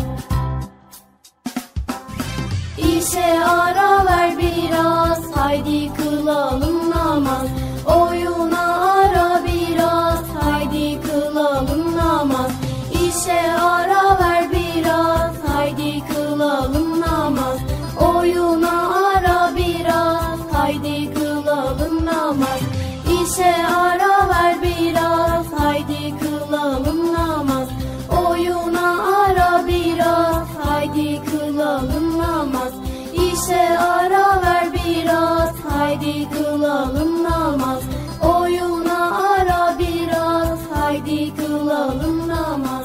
İşe ara ver biraz, haydi kılalım namaz. Oyuna ara biraz, haydi kılalım namaz. İşe ara ver biraz, haydi kılalım namaz. Oyuna ara biraz, haydi kılalım namaz. İşe ara ver biraz, haydi kılalım namaz. Oyuna ara biraz, haydi kılalım namaz. İşe ara ver biraz, haydi kılalım namaz. Oyuna ara biraz, haydi kılalım namaz.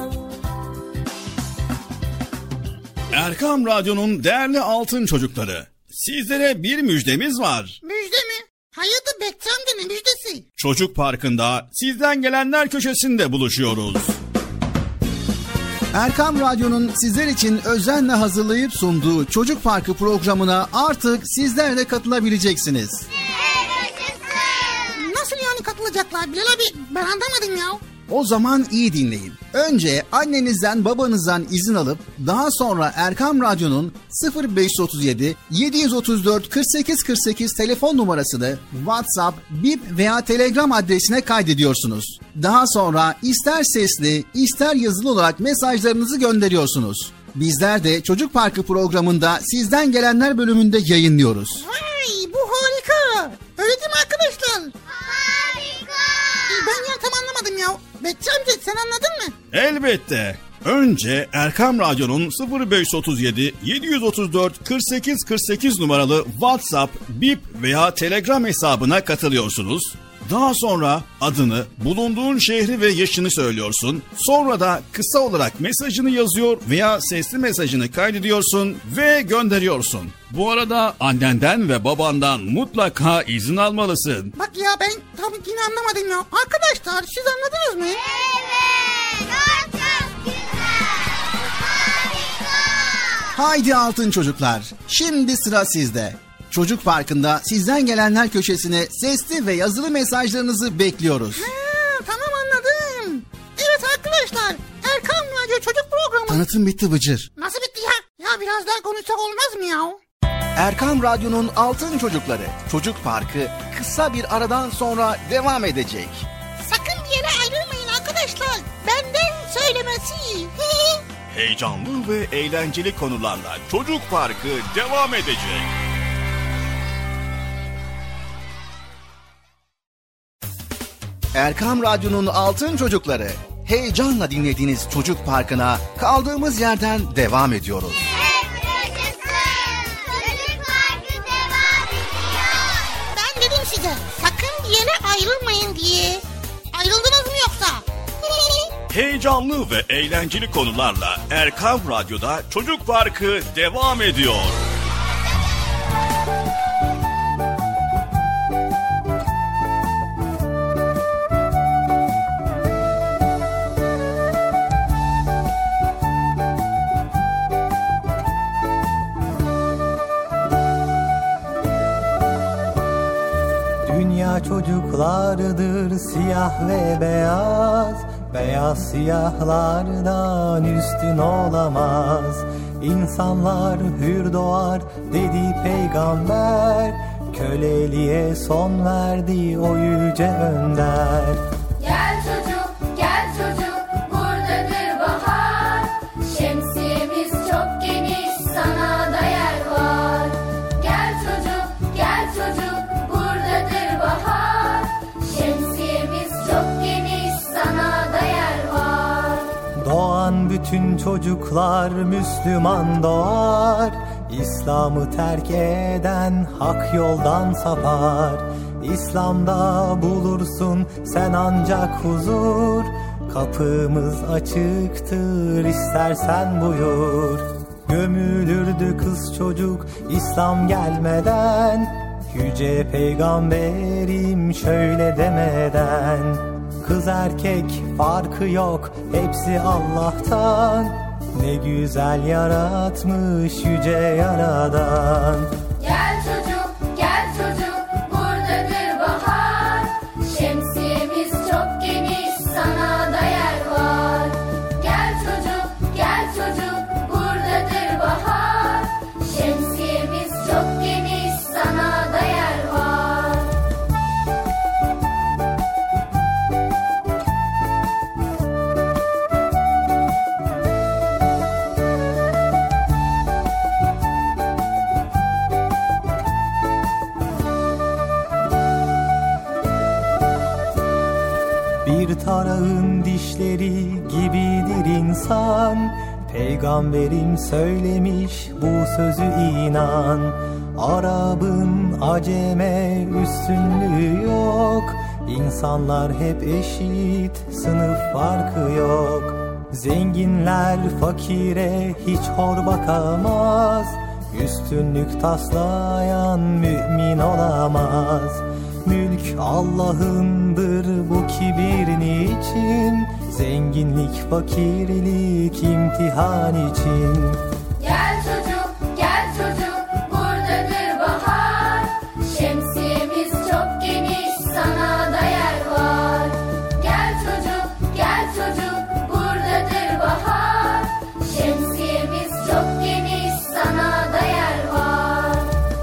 Erkam Radyo'nun değerli altın çocukları, sizlere bir müjdemiz var. Müjde mi? Hayırdır Bekçi amca, ne müjdesi? Çocuk Parkı'nda sizden gelenler köşesinde buluşuyoruz. Erkam Radyo'nun sizler için özenle hazırlayıp sunduğu Çocuk Parkı programına artık sizler de katılabileceksiniz. Nasıl yani katılacaklar Bilal abi? Ben anlamadım ya. O zaman iyi dinleyin. Önce annenizden babanızdan izin alıp daha sonra Erkam Radyo'nun 0537 734 48 48 telefon numarasını WhatsApp, Bip veya Telegram adresine kaydediyorsunuz. Daha sonra ister sesli ister yazılı olarak mesajlarınızı gönderiyorsunuz. Bizler de Çocuk Parkı programında sizden gelenler bölümünde yayınlıyoruz. Vay, bu harika. Öyle değil mi arkadaşlar? Harika. Ben ya tam anlamadım ya. Bekçi amca sen anladın mı? Elbette. Önce Erkam Radyo'nun 0537 734 48 48 numaralı WhatsApp, Bip veya Telegram hesabına katılıyorsunuz. Daha sonra adını, bulunduğun şehri ve yaşını söylüyorsun. Sonra da kısa olarak mesajını yazıyor veya sesli mesajını kaydediyorsun ve gönderiyorsun. Bu arada annenden ve babandan mutlaka izin almalısın. Bak ya ben tam yine anlamadım ya. Arkadaşlar siz anladınız mı? Evet. Çok güzel. Harika. Haydi altın çocuklar, şimdi sıra sizde. Çocuk Parkı'nda sizden gelenler köşesine sesli ve yazılı mesajlarınızı bekliyoruz. Tamam anladım. Evet arkadaşlar, Erkam Radyo Çocuk Programı. Tanıtım bitti Bıcır. Nasıl bitti ya? Ya biraz daha konuşsak olmaz mı ya? Erkam Radyo'nun altın çocukları Çocuk Parkı kısa bir aradan sonra devam edecek. Sakın bir yere ayrılmayın arkadaşlar. Benden söylemesi. Heyecanlı ve eğlenceli konularla Çocuk Parkı devam edecek. Erkam Radyo'nun altın çocukları, heyecanla dinlediğiniz Çocuk Parkı'na kaldığımız yerden devam ediyoruz. Ben dedim size sakın bir yere ayrılmayın diye. Ayrıldınız mı yoksa? Heyecanlı ve eğlenceli konularla Erkam Radyo'da Çocuk Parkı devam ediyor. Dünya çocuklardır siyah ve beyaz, beyaz siyahlardan üstün olamaz. İnsanlar hür doğar dedi peygamber, köleliğe son verdi o yüce önder. Gel çocuk, gel çocuk, buradadır bahar. Şemsiyemiz çok geniş, sana da yer var. Gel çocuk, gel çocuk, buradadır bahar. Şemsiyemiz çok geniş, sana da yer var. Doğan bütün çocuklar Müslüman doğar. İslam'ı terk eden hak yoldan sapar. İslam'da bulursun sen ancak huzur. Kapımız açıktır istersen buyur. Gömülürdü kız çocuk İslam gelmeden, yüce peygamberim şöyle demeden. Kız erkek farkı yok hepsi Allah'tan. Ne güzel yaratmış yüce yaradan. Gel çocuk, gel çocuk, buradadır bahar. Şemsiyemiz çok geniş, sana da yer var. Gel çocuk, gel çocuk, buradadır bahar. Şemsiyemiz çok geniş, sana da yer var. Bir tarağın dişleri gibidir insan. Peygamberim söylemiş bu sözü inan. Arap'ın Acem'e üstünlüğü yok. İnsanlar hep eşit, sınıf farkı yok. Zenginler fakire hiç hor bakamaz. Üstünlük taslayan mümin olamaz. Mülk Allah'ındır, bu kibir niçin? Zenginlik fakirlik imtihan için. Gel çocuk, gel çocuk, buradadır bahar. Şemsiyemiz çok geniş, sana da yer var. Gel çocuk, gel çocuk, buradadır bahar. Şemsiyemiz çok geniş, sana da yer var.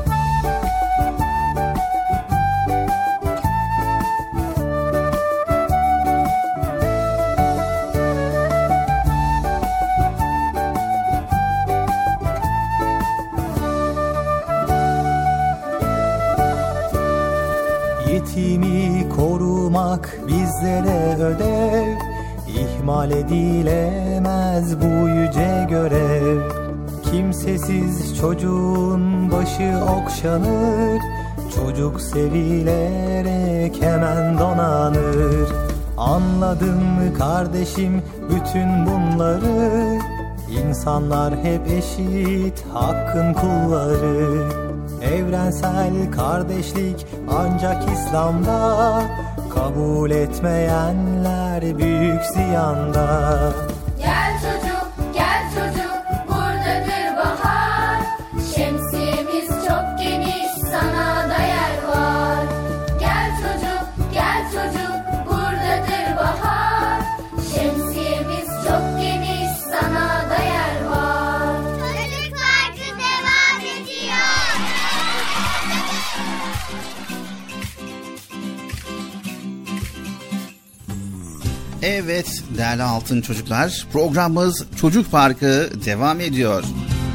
Yetimi korumak bizlere ödev. İhmal edilemez bu yüce görev. Kimsesiz çocuğun başı okşanır. Çocuk sevilerek hemen donanır. Anladın mı kardeşim bütün bunları? İnsanlar hep eşit, hakkın kulları. Evrensel kardeşlik ancak İslam'da. Kabul etmeyenler büyük ziyanda. Gel çocuk, gel çocuk, buradadır bahar. Şemsiyemiz çok geniş, sana da yer var. Gel çocuk, gel çocuk, buradadır bahar. Şemsiyemiz çok geniş, sana da yer var. Çocuk Parkı devam ediyor. Evet değerli altın çocuklar, programımız Çocuk Parkı devam ediyor.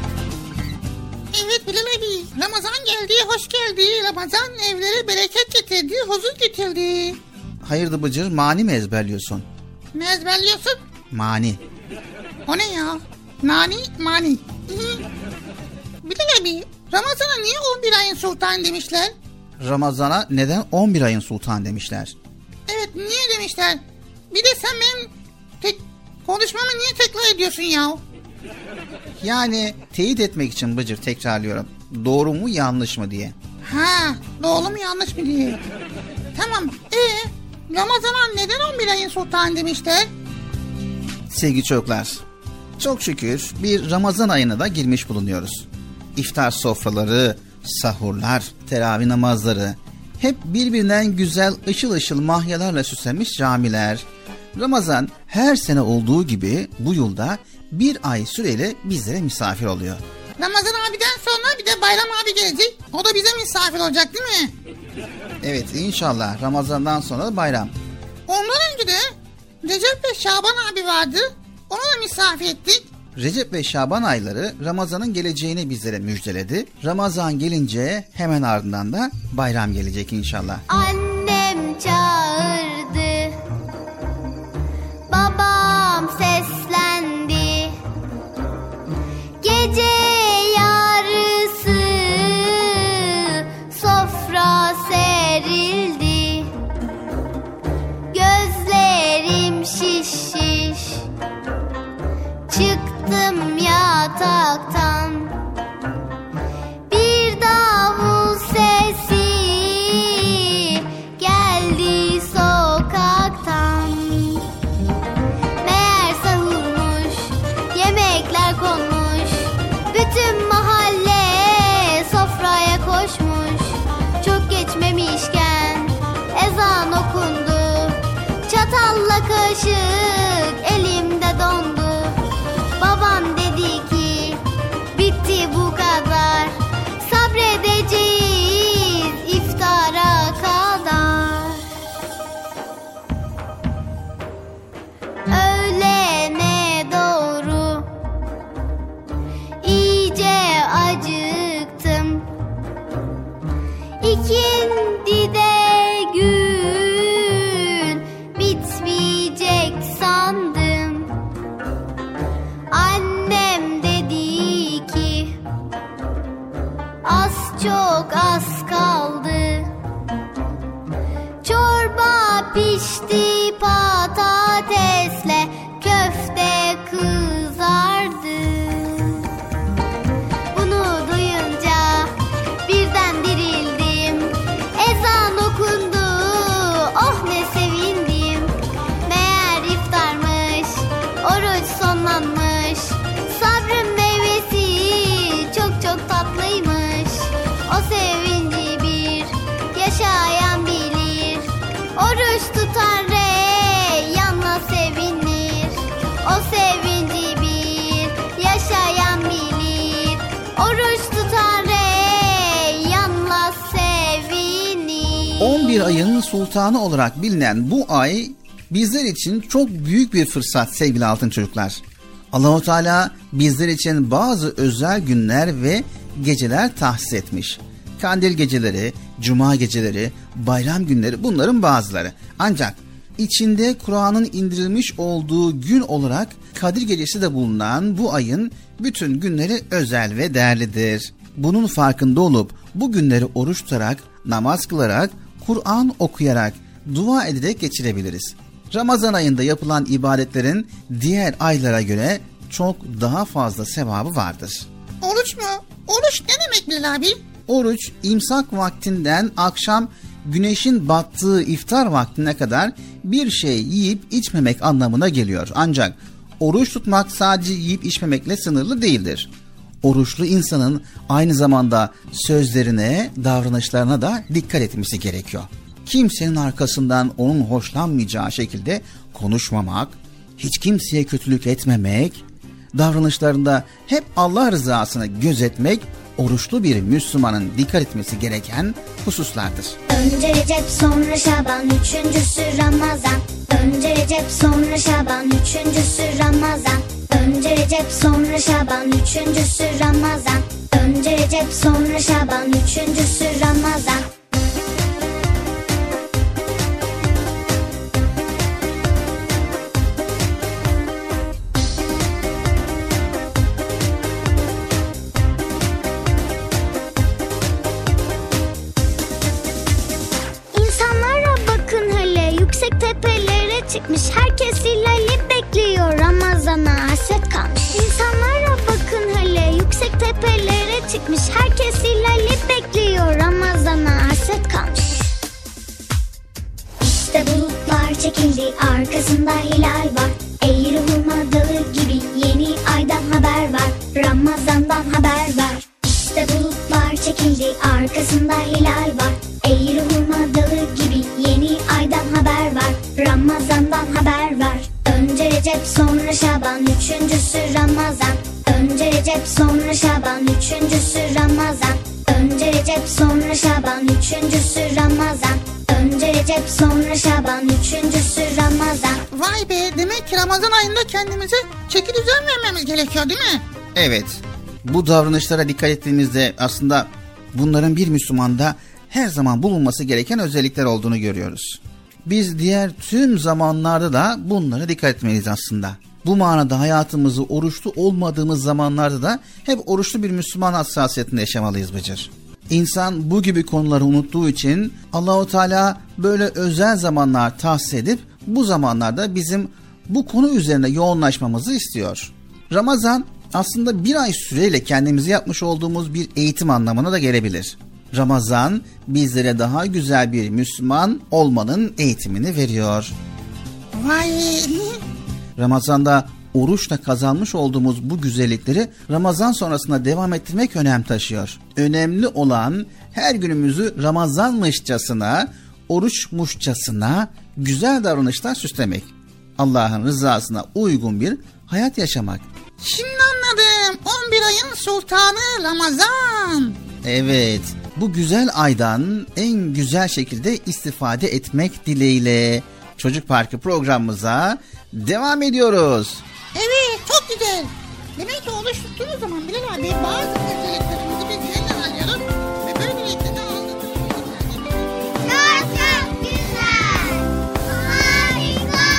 Evet Bilal abi, Ramazan geldi, hoş geldi. Ramazan evlere bereket getirdi, huzur getirdi. Hayırdır Bıcır, mani mi ezberliyorsun? Ne ezberliyorsun? Mani. O ne ya? Nani, mani. Bilal abi, Ramazan'a niye 11 ayın sultanı demişler? Ramazan'a neden 11 ayın sultanı demişler? Evet, niye demişler? Bir de sen benim konuşmamı niye tekrar ediyorsun ya? Yani teyit etmek için Bıcır tekrarlıyorum. Doğru mu yanlış mı diye. Ha, doğru mu yanlış mı diye. Tamam, Ramazan'a neden 11 ayın sultanı demişler? Sevgili çocuklar, çok şükür bir Ramazan ayına da girmiş bulunuyoruz. İftar sofraları, sahurlar, teravih namazları, hep birbirinden güzel ışıl ışıl mahyalarla süslenmiş camiler. Ramazan her sene olduğu gibi bu yılda bir ay süreyle bizlere misafir oluyor. Ramazan abiden sonra bir de Bayram abi gelecek. O da bize misafir olacak değil mi? Evet inşallah Ramazan'dan sonra da bayram. Ondan önce de Recep ve Şaban abi vardı. Onu da misafir ettik. Recep ve Şaban ayları Ramazan'ın geleceğini bizlere müjdeledi. Ramazan gelince hemen ardından da bayram gelecek inşallah. Annem çağırdı, babam seslendi, gece yarısı sofra serildi, gözlerim şiş şiş, çıktım yataktan, bir davul sesi geldi sokaktan. Meğer sahurmuş, yemekler konmuş, bütün mahalle sofraya koşmuş. Çok geçmemişken ezan okundu, çatalla kaşık elimde dondu. Babam dedi ki bitti bu kadar, sabredeceğiz iftara kadar. Öğlene doğru iyice acıktım, İkindide gün bitmeyecek sandım. Anne çok az kaldı. Çorba pişti, patatesle köfte kızardı. Bunu duyunca birden dirildim. Ezan okundu, oh ne sevindim. Meğer iftarmış, oruç sonlanmış. Sabrın meyvesi çok çok tatlıymış. O sevinci bir yaşayan bilir. Oruç tutan reyyanla sevinir. O sevinci bir yaşayan bilir. Oruç tutan reyyanla sevinir. 11 ayın sultanı olarak bilinen bu ay bizler için çok büyük bir fırsat sevgili altın çocuklar. Allah-u Teala bizler için bazı özel günler ve geceler tahsis etmiş. Kandil geceleri, cuma geceleri, bayram günleri bunların bazıları. Ancak içinde Kur'an'ın indirilmiş olduğu gün olarak Kadir Gecesi de bulunan bu ayın bütün günleri özel ve değerlidir. Bunun farkında olup bu günleri oruç tutarak, namaz kılarak, Kur'an okuyarak, dua ederek geçirebiliriz. Ramazan ayında yapılan ibadetlerin diğer aylara göre çok daha fazla sevabı vardır. Oruç mu? Oruç ne demek Bilal abi? Oruç, imsak vaktinden akşam güneşin battığı iftar vaktine kadar bir şey yiyip içmemek anlamına geliyor. Ancak oruç tutmak sadece yiyip içmemekle sınırlı değildir. Oruçlu insanın aynı zamanda sözlerine, davranışlarına da dikkat etmesi gerekiyor. Kimsenin arkasından onun hoşlanmayacağı şekilde konuşmamak, hiç kimseye kötülük etmemek, davranışlarında hep Allah rızasını gözetmek, oruçlu bir Müslümanın dikkat etmesi gereken hususlardır. Önce Recep sonra Şaban, üçüncüsü Ramazan. Önce Recep sonra Şaban, üçüncüsü Ramazan. Önce Recep sonra Şaban, üçüncüsü Ramazan. Önce Recep sonra Şaban, üçüncüsü Ramazan. Çıkmış herkes hilali bekliyor, Ramazan'a hasret kalmış. İnsanlara bakın hele, yüksek tepelere çıkmış herkes hilali bekliyor, Ramazan'a hasret kalmış. İşte bulutlar çekildi, arkasında hilal var. Eğri hurma dağı gibi yeni aydan haber var, Ramazan'dan haber var. İşte bulutlar çekildi, arkasında hilal var. Eğri hurma dağı gibi yeni aydan haber var, Ramazan'dan haber var. Önce Recep sonra Şaban, üçüncüsü Ramazan. Önce Recep sonra Şaban, üçüncüsü Ramazan. Önce Recep sonra Şaban, üçüncüsü Ramazan. Önce Recep sonra Şaban, üçüncüsü Ramazan. Vay be, demek ki Ramazan ayında kendimize çeki düzen vermemiz gerekiyor değil mi? Evet, bu davranışlara dikkat ettiğimizde aslında bunların bir Müslümanda her zaman bulunması gereken özellikler olduğunu görüyoruz. Biz diğer tüm zamanlarda da bunlara dikkat etmeliyiz aslında. Bu manada hayatımızı oruçlu olmadığımız zamanlarda da hep oruçlu bir Müslüman hassasiyetinde yaşamalıyız Bıcır. İnsan bu gibi konuları unuttuğu için Allah-u Teala böyle özel zamanlar tahsis edip bu zamanlarda bizim bu konu üzerine yoğunlaşmamızı istiyor. Ramazan aslında bir ay süreyle kendimize yapmış olduğumuz bir eğitim anlamına da gelebilir. Ramazan bizlere daha güzel bir Müslüman olmanın eğitimini veriyor. Vay! Ramazan'da oruçla kazanmış olduğumuz bu güzellikleri Ramazan sonrasında devam ettirmek önem taşıyor. Önemli olan her günümüzü Ramazanmışçasına, oruçmuşçasına güzel davranışlar süslemek. Allah'ın rızasına uygun bir hayat yaşamak. Şimdi anladım. 11 ayın sultanı Ramazan. Evet, bu güzel aydan en güzel şekilde istifade etmek dileğiyle Çocuk Parkı programımıza devam ediyoruz. Evet, çok güzel. Demek ki oruç tuttuğumuz zaman Bilal abi bazı özelliklerimizi biz yerine alıyorum ve böylelikle de aldığımız Çok güzel. Harika.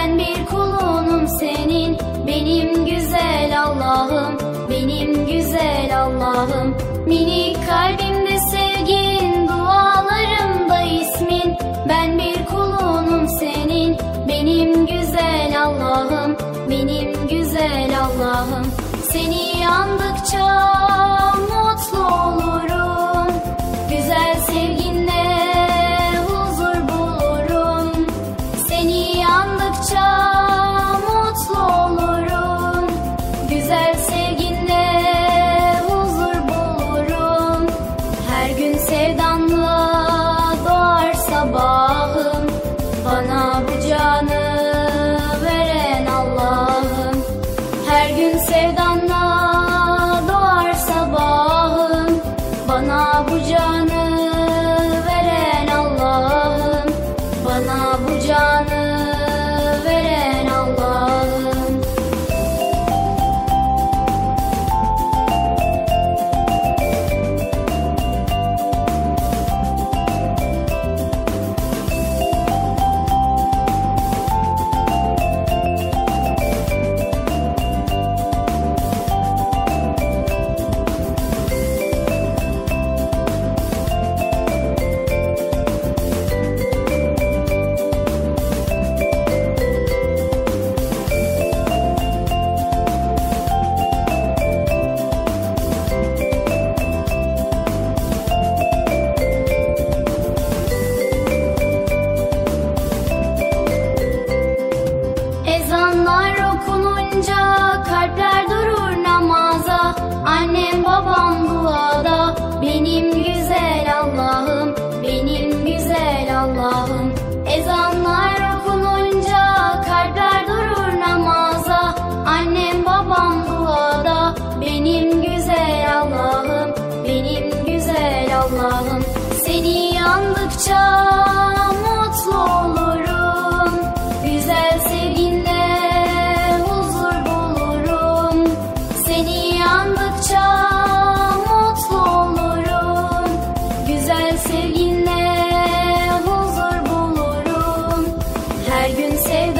Ben bir kulunum senin, benim güzel Allah'ım, benim güzel Allah'ım. Minik kalbimde sevgin, dualarımda ismin. Ben bir kulunum senin, benim güzel Allah'ım, benim güzel Allah'ım. Seni andıkça mutlu olurum, güzel sevginle huzur bulurum. Seni andıkça mutlu olurum, güzel sevginle huzur bulurum. Her gün sevdanla doğar sabahım, bana bu canı veren Allah'ım. Her gün sevdanla doğar sabahım, bana bu canı veren Allah'ım, bana bu canı veren Allah'ım. Ezanlar okununca kalpler durur namaza. Annem babam duada, benim güzel Allah'ım, benim güzel Allah'ım. Ezanlar okununca kalpler durur namaza. Annem babam duada, benim güzel Allah'ım, benim güzel Allah'ım. Seni andıkça mutlu olurum, güzel sevginle huzur bulurum. Seni andıkça mutlu olurum, güzel sevginle huzur bulurum. Her gün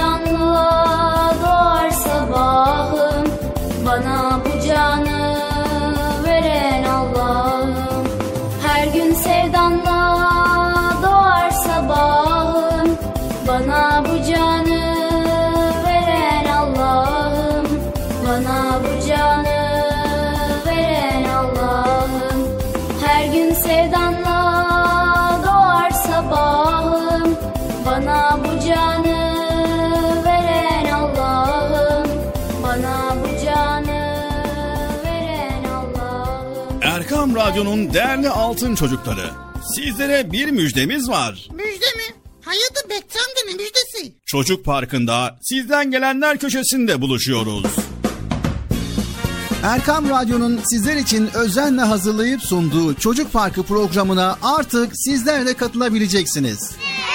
sevdanla doğar sabahım, bana bu canı veren Allah'ım. Her gün sevdanla doğar sabahım, bana bu canı veren Allah'ım, bana bu canı veren Allah'ım. Her gün sevdanla doğar sabahım, bana bu canı veren Allah'ım, bana bu canı veren Allah'ım. Erkam Radyo'nun değerli altın çocukları, sizlere bir müjdemiz var. Müjde mi? Hayırdır Bekçi amca, ne müjdesi? Çocuk Parkı'nda sizden gelenler köşesinde buluşuyoruz. Erkam Radyo'nun sizler için özenle hazırlayıp sunduğu Çocuk Parkı programına artık sizler de katılabileceksiniz.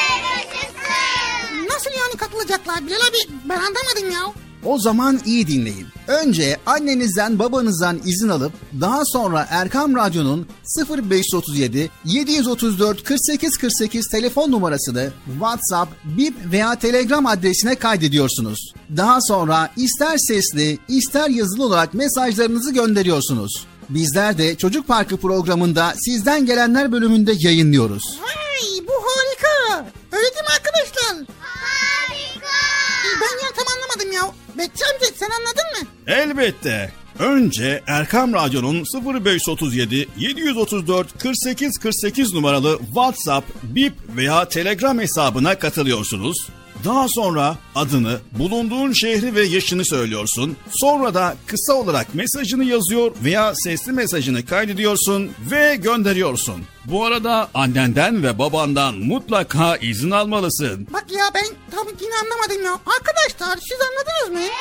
Nasıl yani katılacaklar Bilal abi? Ben anlamadım ya. O zaman iyi dinleyin. Önce annenizden babanızdan izin alıp daha sonra Erkam Radyo'nun 0537 734 48 48 telefon numarasını WhatsApp, Bip veya Telegram adresine kaydediyorsunuz. Daha sonra ister sesli ister yazılı olarak mesajlarınızı gönderiyorsunuz. Bizler de Çocuk Parkı programında sizden gelenler bölümünde yayınlıyoruz. Vay, bu harika. Öyle değil mi arkadaşlar? Harika. Ben ya tam anlamadım ya. Bekçi amca sen anladın mı? Elbette. Önce Erkam Radyo'nun 0537 734 48 48 numaralı WhatsApp, Bip veya Telegram hesabına katılıyorsunuz. Daha sonra adını, bulunduğun şehri ve yaşını söylüyorsun. Sonra da kısa olarak mesajını yazıyor veya sesli mesajını kaydediyorsun ve gönderiyorsun. Bu arada annenden ve babandan mutlaka izin almalısın. Bak ya ben tam yine anlamadım ya. Arkadaşlar siz anladınız mı?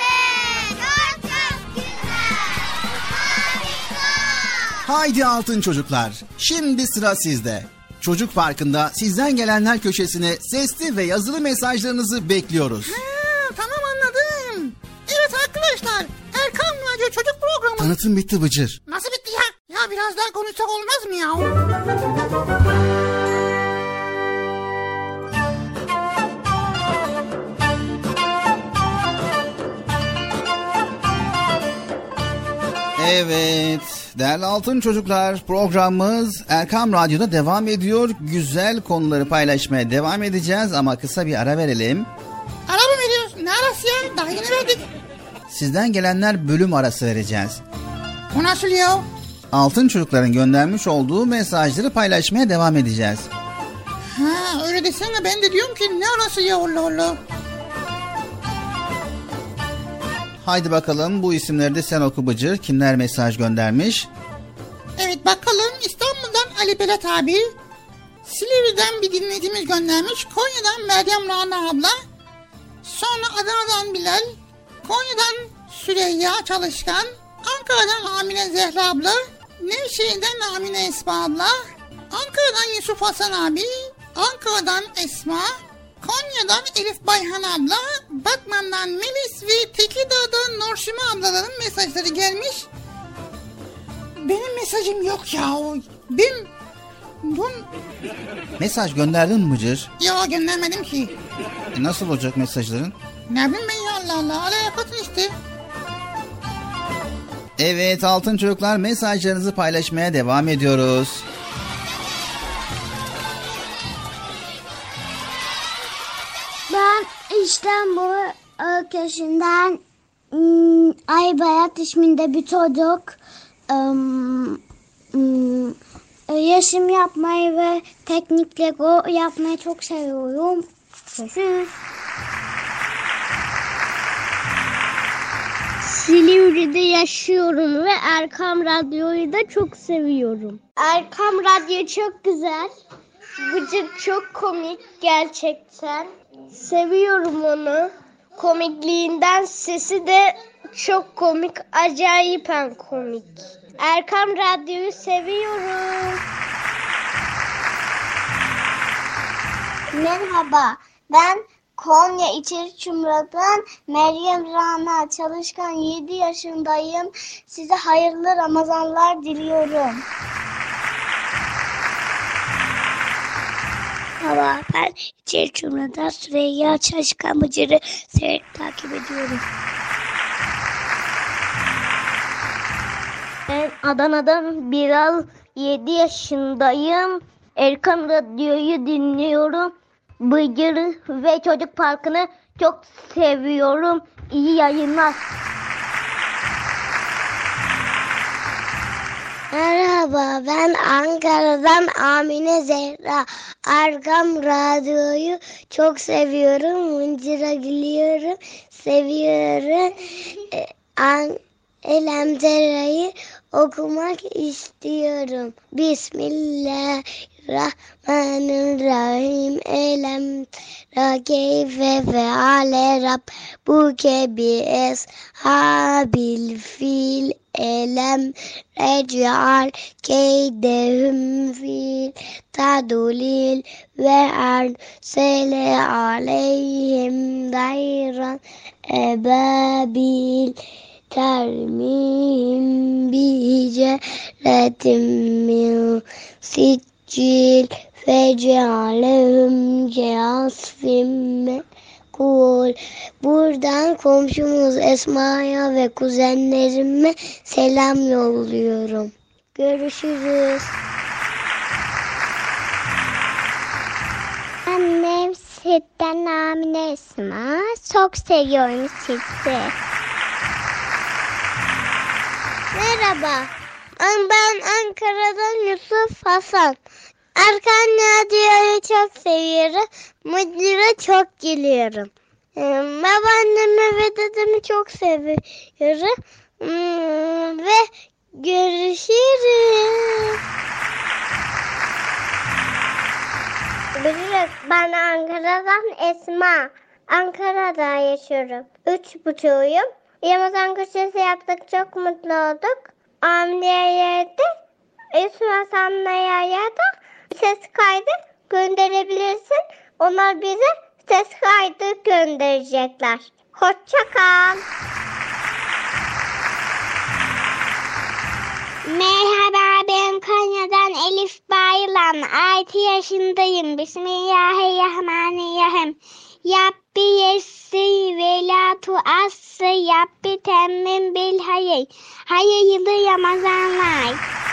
Haydi altın çocuklar, şimdi sıra sizde. Çocuk Parkı'nda sizden gelenler köşesine sesli ve yazılı mesajlarınızı bekliyoruz. Tamam anladım. Evet arkadaşlar, Erkam Radyo Çocuk Programı. Tanıtım bitti Bıcır. Nasıl bitti ya? Ya biraz daha konuşsak olmaz mı ya? Evet, değerli altın çocuklar, programımız Erkam Radyo'da devam ediyor. Güzel konuları paylaşmaya devam edeceğiz ama kısa bir ara verelim. Ara mı veriyoruz? Ne arası ya? Daha yeni verdik. Sizden gelenler bölüm arası vereceğiz. O nasıl ya? Altın çocukların göndermiş olduğu mesajları paylaşmaya devam edeceğiz. Ha, öyle desene, ben de diyorum ki ne arası ya, Allah Allah. Haydi bakalım, bu isimleri de sen oku Bıcır. Kimler mesaj göndermiş? Evet bakalım, İstanbul'dan Ali Belat abi, Silivri'den bir dinleyicimiz göndermiş, Konya'dan Meryem Rana abla, sonra Adana'dan Bilal, Konya'dan Süreyya Çalışkan, Ankara'dan Amine Zehra abla, Nevşehir'den Amine Esma abla, Ankara'dan Yusuf Hasan abi, Ankara'dan Esma, Konya'dan Elif Bayhan abla, Batman'dan Melis ve Tekirdağ'dan Norşime ablaların mesajları gelmiş. Benim mesajım yok ya. Mesaj gönderdin mi Bıcır? Ya göndermedim ki. Nasıl olacak mesajların? Ne bileyim ben ya, Allah Allah. Alaya katın işte. Evet altın çocuklar, mesajlarınızı paylaşmaya devam ediyoruz. Ben İstanbul Öyküsü'nden Aybayat isminde bir çocuk. Resim yapmayı ve teknik Lego yapmayı çok seviyorum. Silivri'de yaşıyorum ve Erkam Radyo'yu da çok seviyorum. Erkam Radyo çok güzel. Bıcır çok komik gerçekten. Seviyorum onu. Komikliğinden, sesi de çok komik. Acayipen komik. Erkam Radyo'yu seviyorum. Merhaba, ben Konya İçeriçumra'dan Meryem Rana Çalışkan, 7 yaşındayım. Size hayırlı Ramazanlar diliyorum. Merhaba, ben İçeriçumra'dan Süreyya Çalışkan, Bıcır'ı severek takip ediyorum. Ben Adana'dan Bilal, 7 yaşındayım. Erkam Radyo'yu dinliyorum. Bıcır'ı ve Çocuk Parkı'nı çok seviyorum. İyi yayınlar. Merhaba, ben Ankara'dan Amine Zehra. Erkam Radyo'yu çok seviyorum. Mıncıra gülüyorum, seviyorum. Elemzera'yı okumak istiyorum. Bismillahirrahmanirrahim. Elemzera keyfe feale rabbuke bi eshabil fil. Elem reci'al keydehum fil tadulil ve ersele aleyhim dayran ebabil termihim bihiceletim min siccil fecealehum ceasfim kul. Buradan komşumuz Esma'ya ve kuzenlerime selam yolluyorum. Görüşürüz. Annem sizden Amine Esma. Çok seviyorum sizi. Merhaba. Ben Ankara'dan Yusuf Hasan. Erkan Radyo'yu çok seviyorum. Mıcır'a çok gülüyorum. Babaannemi ve dedemi çok seviyorum. Ve görüşürüz. Ben Ankara'dan Esma. Ankara'da yaşıyorum. 3,5'uyum. Ramazan köşesi yaptık. Çok mutlu olduk. Amine'ye de Yusuf Hasan'la da ses kaydı gönderebilirsin. Onlar bize ses kaydı gönderecekler. Hoşça kal. Merhaba, ben Konya'dan Elif Bayılan. 6 yaşındayım. Bismillahirrahmanirrahim. Rabbi yessir ve la tu as-siyab temmin bil hayy. Hayırlı Ramazanlar.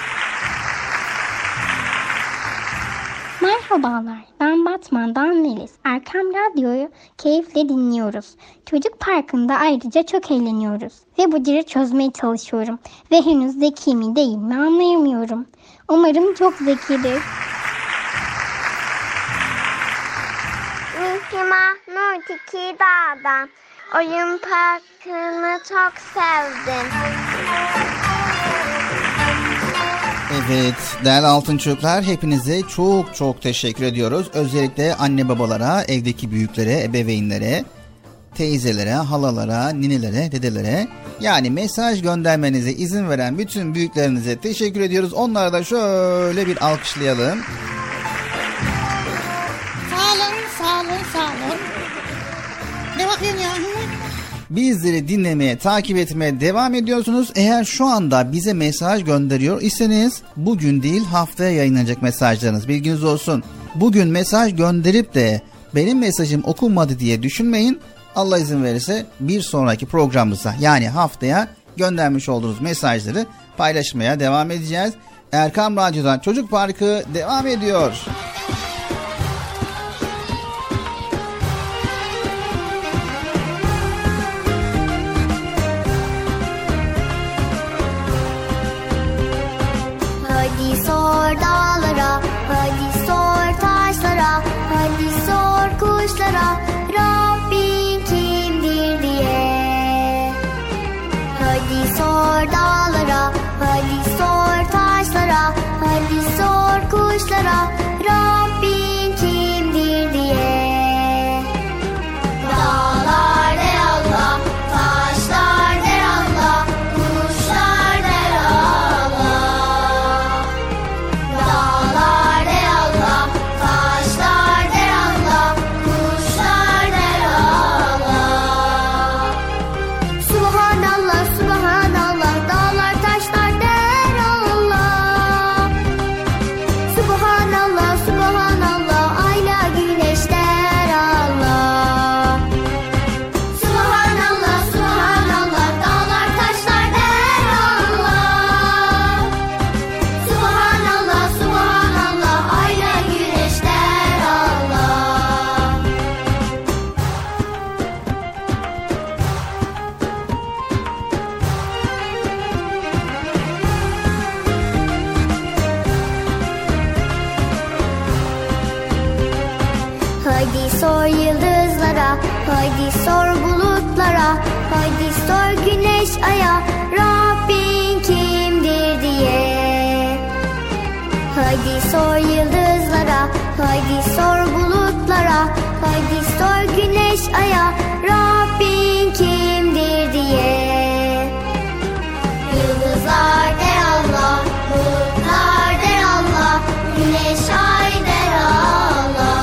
Merhabalar, ben Batman'dan Melis. Erkam Radyo'yu keyifle dinliyoruz. Çocuk Parkı'nda ayrıca çok eğleniyoruz. Ve Bıcır'ı çözmeye çalışıyorum. Ve henüz zeki mi değil mi anlayamıyorum. Umarım çok zekidir. Miki Mahmut Tekirdağ'dan. Oyun parkını çok sevdim. Evet değerli altın çocuklar, hepinize çok çok teşekkür ediyoruz. Özellikle anne babalara, evdeki büyüklere, ebeveynlere, teyzelere, halalara, ninelere, dedelere, yani mesaj göndermenize izin veren bütün büyüklerinize teşekkür ediyoruz. Onlara da şöyle bir alkışlayalım. Sağ olun. Ne bakıyorsun ya? Bizleri dinlemeye, takip etmeye devam ediyorsunuz. Eğer şu anda bize mesaj gönderiyor iseniz bugün değil haftaya yayınlanacak mesajlarınız, bilginiz olsun. Bugün mesaj gönderip de benim mesajım okunmadı diye düşünmeyin. Allah izin verirse bir sonraki programımıza, yani haftaya göndermiş olduğunuz mesajları paylaşmaya devam edeceğiz. Erkam Radyo'dan Çocuk Parkı devam ediyor. Hadi sor dağlara, hadi sor taşlara, hadi sor kuşlara, Rabbin kimdir diye. Hadi sor dağlara, hadi sor taşlara, hadi sor kuşlara, Rabbin kimdir diye. Dağlar der Allah, taşlar der Allah, kuşlar der Allah. Dağlar der Allah, taşlar der Allah, kuşlar der Allah. Subhanallah, subhanallah, dağlar taşlar der Allah. Subhanallah, subhanallah, ayla güneş der Allah. Subhanallah, subhanallah, dağlar taşlar der Allah. Subhanallah, subhanallah, ayla güneş der Allah. Hadi sor yıldızlara, hadi sor bulutlara, hadi sor güneş aya, Rabbin kimdir diye. Hadi sor yıldızlara, hadi sor bulutlara, hadi sor güneş aya, Rabbin kimdir diye. Yıldızlar der Allah, bulutlar der Allah, güneş ay der Allah.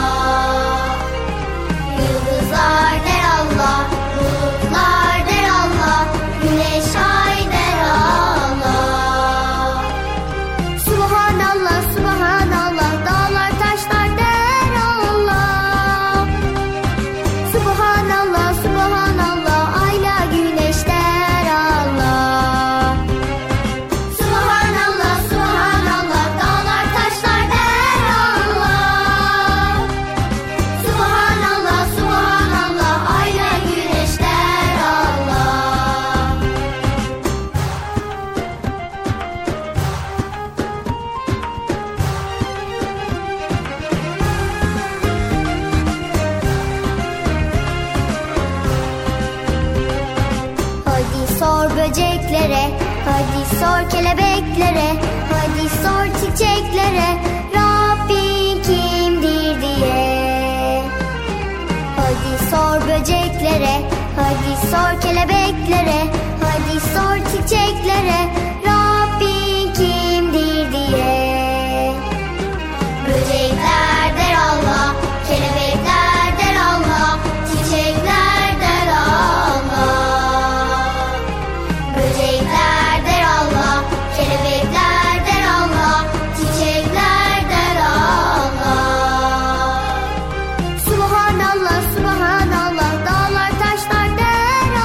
Yıldızlar der Allah, bulutlar der Allah, güneş ay der Allah. Subhanallah, subhanallah, dağlar taşlar der Allah. Subhanallah, subhanallah, ayla güneş der Allah. Subhanallah, subhanallah, dağlar taşlar der Allah. Subhanallah, subhanallah, ayla güneş der Allah. Hadi sor böceklere, hadi sor kelebeklere, hadi sor çiçeklere, Rabbin kimdir diye. Hadi sor böceklere, hadi sor kelebeklere, hadi sor çiçeklere, Rabbin kimdir diye. Böcekler der Allah, kelebekler der Allah, çiçekler der Allah. Böcekler der Allah, kelebekler der Allah, çiçekler der Allah. Subhanallah, subhanallah, dağlar taşlar der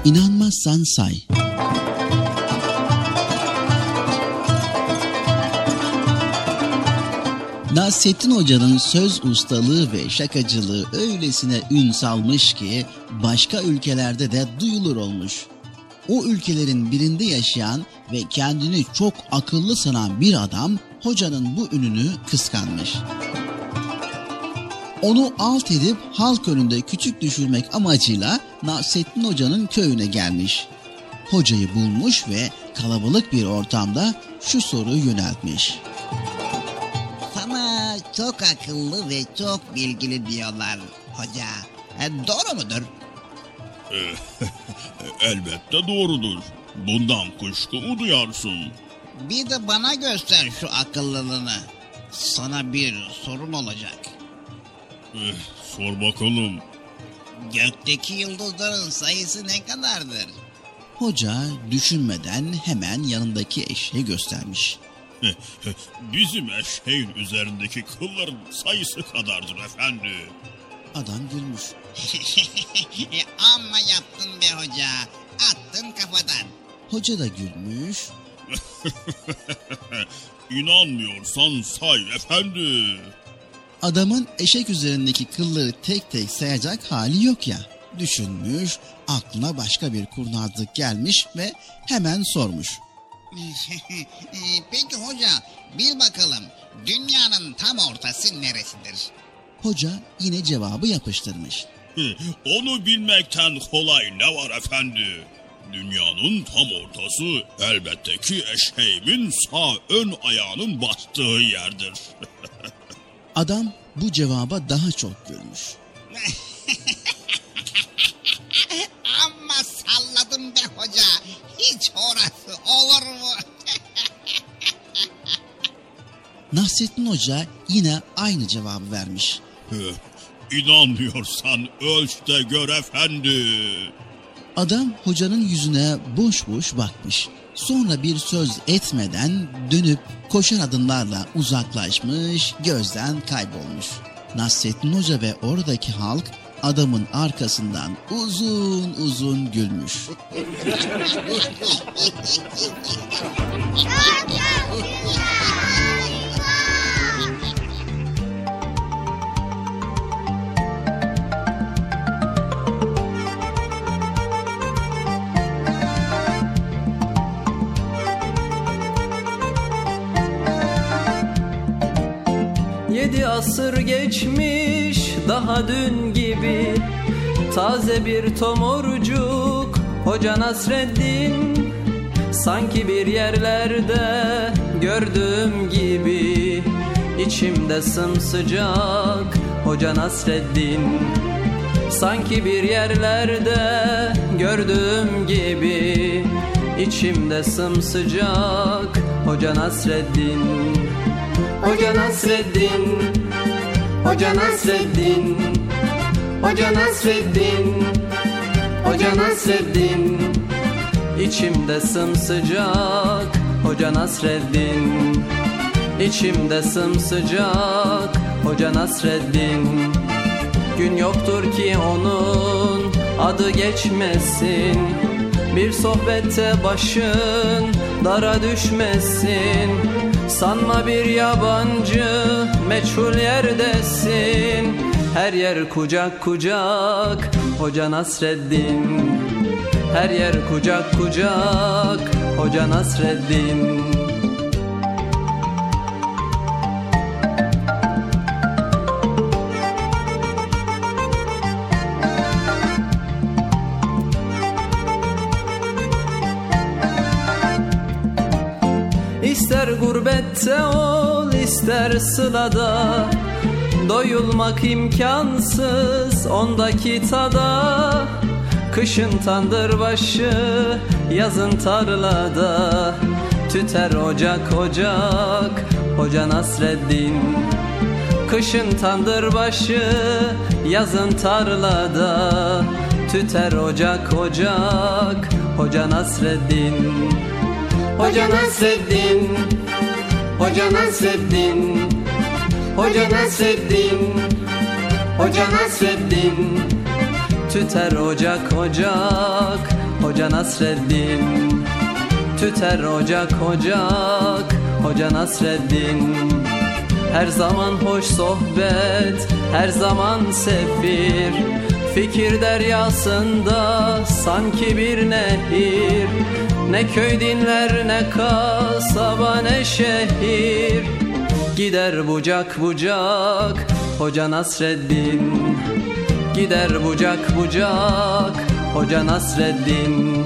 İnanmazsan say. Nasrettin Hoca'nın söz ustalığı ve şakacılığı öylesine ün salmış ki başka ülkelerde de duyulur olmuş. O ülkelerin birinde yaşayan ve kendini çok akıllı sanan bir adam hocanın bu ününü kıskanmış. Onu alt edip halk önünde küçük düşürmek amacıyla Nasrettin Hoca'nın köyüne gelmiş. Hocayı bulmuş ve kalabalık bir ortamda şu soruyu yöneltmiş. Sana çok akıllı ve çok bilgili diyorlar hoca. Doğru mudur? Elbette doğrudur. Bundan kuşku mu duyarsın? Bir de bana göster şu akıllılığını. Sana bir sorum olacak. Sor bakalım. Gökteki yıldızların sayısı ne kadardır? Hoca düşünmeden hemen yanındaki eşeği göstermiş. Bizim eşeğin üzerindeki kılların sayısı kadardır efendi. Adam gülmüş. Amma yaptın be hoca. Attın kafadan. Hoca da gülmüş. İnanmıyorsan say efendi. Adamın eşek üzerindeki kılları tek tek sayacak hali yok ya. Düşünmüş, aklına başka bir kurnazlık gelmiş ve hemen sormuş. Peki hoca, bil bakalım dünyanın tam ortası neresidir? Hoca yine cevabı yapıştırmış. Onu bilmekten kolay ne var efendi? Dünyanın tam ortası elbette ki eşeğimin sağ ön ayağının bastığı yerdir. Adam bu cevaba daha çok gülmüş. Amma salladım be hoca. Hiç orası olur mu? Nasrettin Hoca yine aynı cevabı vermiş. İnanmıyorsan ölç de gör efendi. Adam hocanın yüzüne boş boş bakmış. Sonra bir söz etmeden dönüp koşar adımlarla uzaklaşmış, gözden kaybolmuş. Nasrettin Hoca ve oradaki halk adamın arkasından uzun uzun gülmüş. Yedi asır geçmiş daha dün gibi, taze bir tomurcuk Hoca Nasreddin. Sanki bir yerlerde gördüğüm gibi, içimde sımsıcak Hoca Nasreddin. Sanki bir yerlerde gördüğüm gibi, içimde sımsıcak Hoca Nasreddin. Hoca Nasreddin, Hoca Nasreddin, Hoca Nasreddin, Hoca Nasreddin. İçimde sımsıcak Hoca Nasreddin. İçimde sımsıcak Hoca Nasreddin. Gün yoktur ki onun adı geçmesin, bir sohbette başın dara düşmesin. Sanma bir yabancı meçhul yerdesin, her yer kucak kucak Hoca Nasreddin. Her yer kucak kucak Hoca Nasreddin. İster gurbette ol, ister sılada, doyulmak imkansız ondaki tada. Kışın tandırbaşı, yazın tarlada, tüter ocak ocak Hoca Nasreddin. Kışın tandırbaşı, yazın tarlada, tüter ocak ocak Hoca Nasreddin. Hoca Nasreddin, Hoca Nasreddin, Hoca Nasreddin, Hoca Nasreddin. Tüter ocak ocak Hoca Nasreddin. Tüter ocak ocak Hoca Nasreddin. Her zaman hoş sohbet, her zaman sefir. Fikir deryasında sanki bir nehir. Ne köy dinler ne kasaba ne şehir. Gider bucak bucak Hoca Nasreddin. Gider bucak bucak Hoca Nasreddin.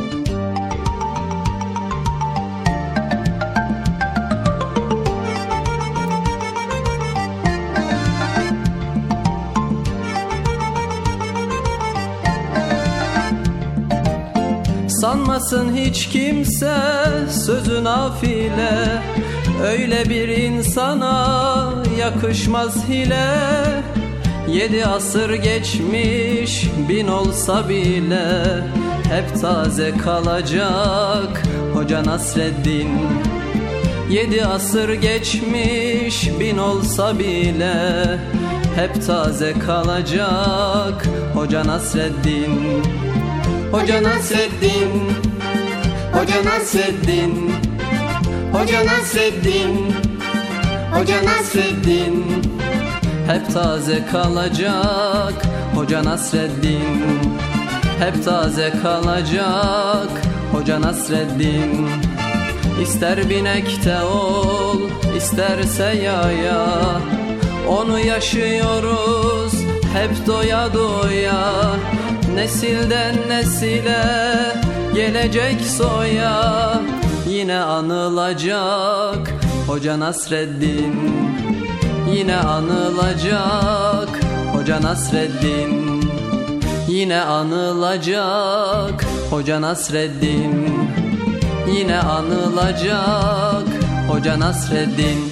Sanmasın hiç kimse sözü nafile. Öyle bir insana yakışmaz hile. 7 asır geçmiş 1000 olsa bile hep taze kalacak Hoca Nasreddin. 7 asır geçmiş 1000 olsa bile hep taze kalacak Hoca Nasreddin. Hoca Nasreddin, Hoca Nasreddin, Hoca Nasreddin, Hoca Nasreddin. Hep taze kalacak Hoca Nasreddin. Hep taze kalacak Hoca Nasreddin. İster binekte ol, isterse yaya, onu yaşıyoruz hep doya doya. Nesilden nesile gelecek soya, yine anılacak Hoca Nasreddin. Yine anılacak Hoca Nasreddin. Yine anılacak Hoca Nasreddin. Yine anılacak Hoca Nasreddin.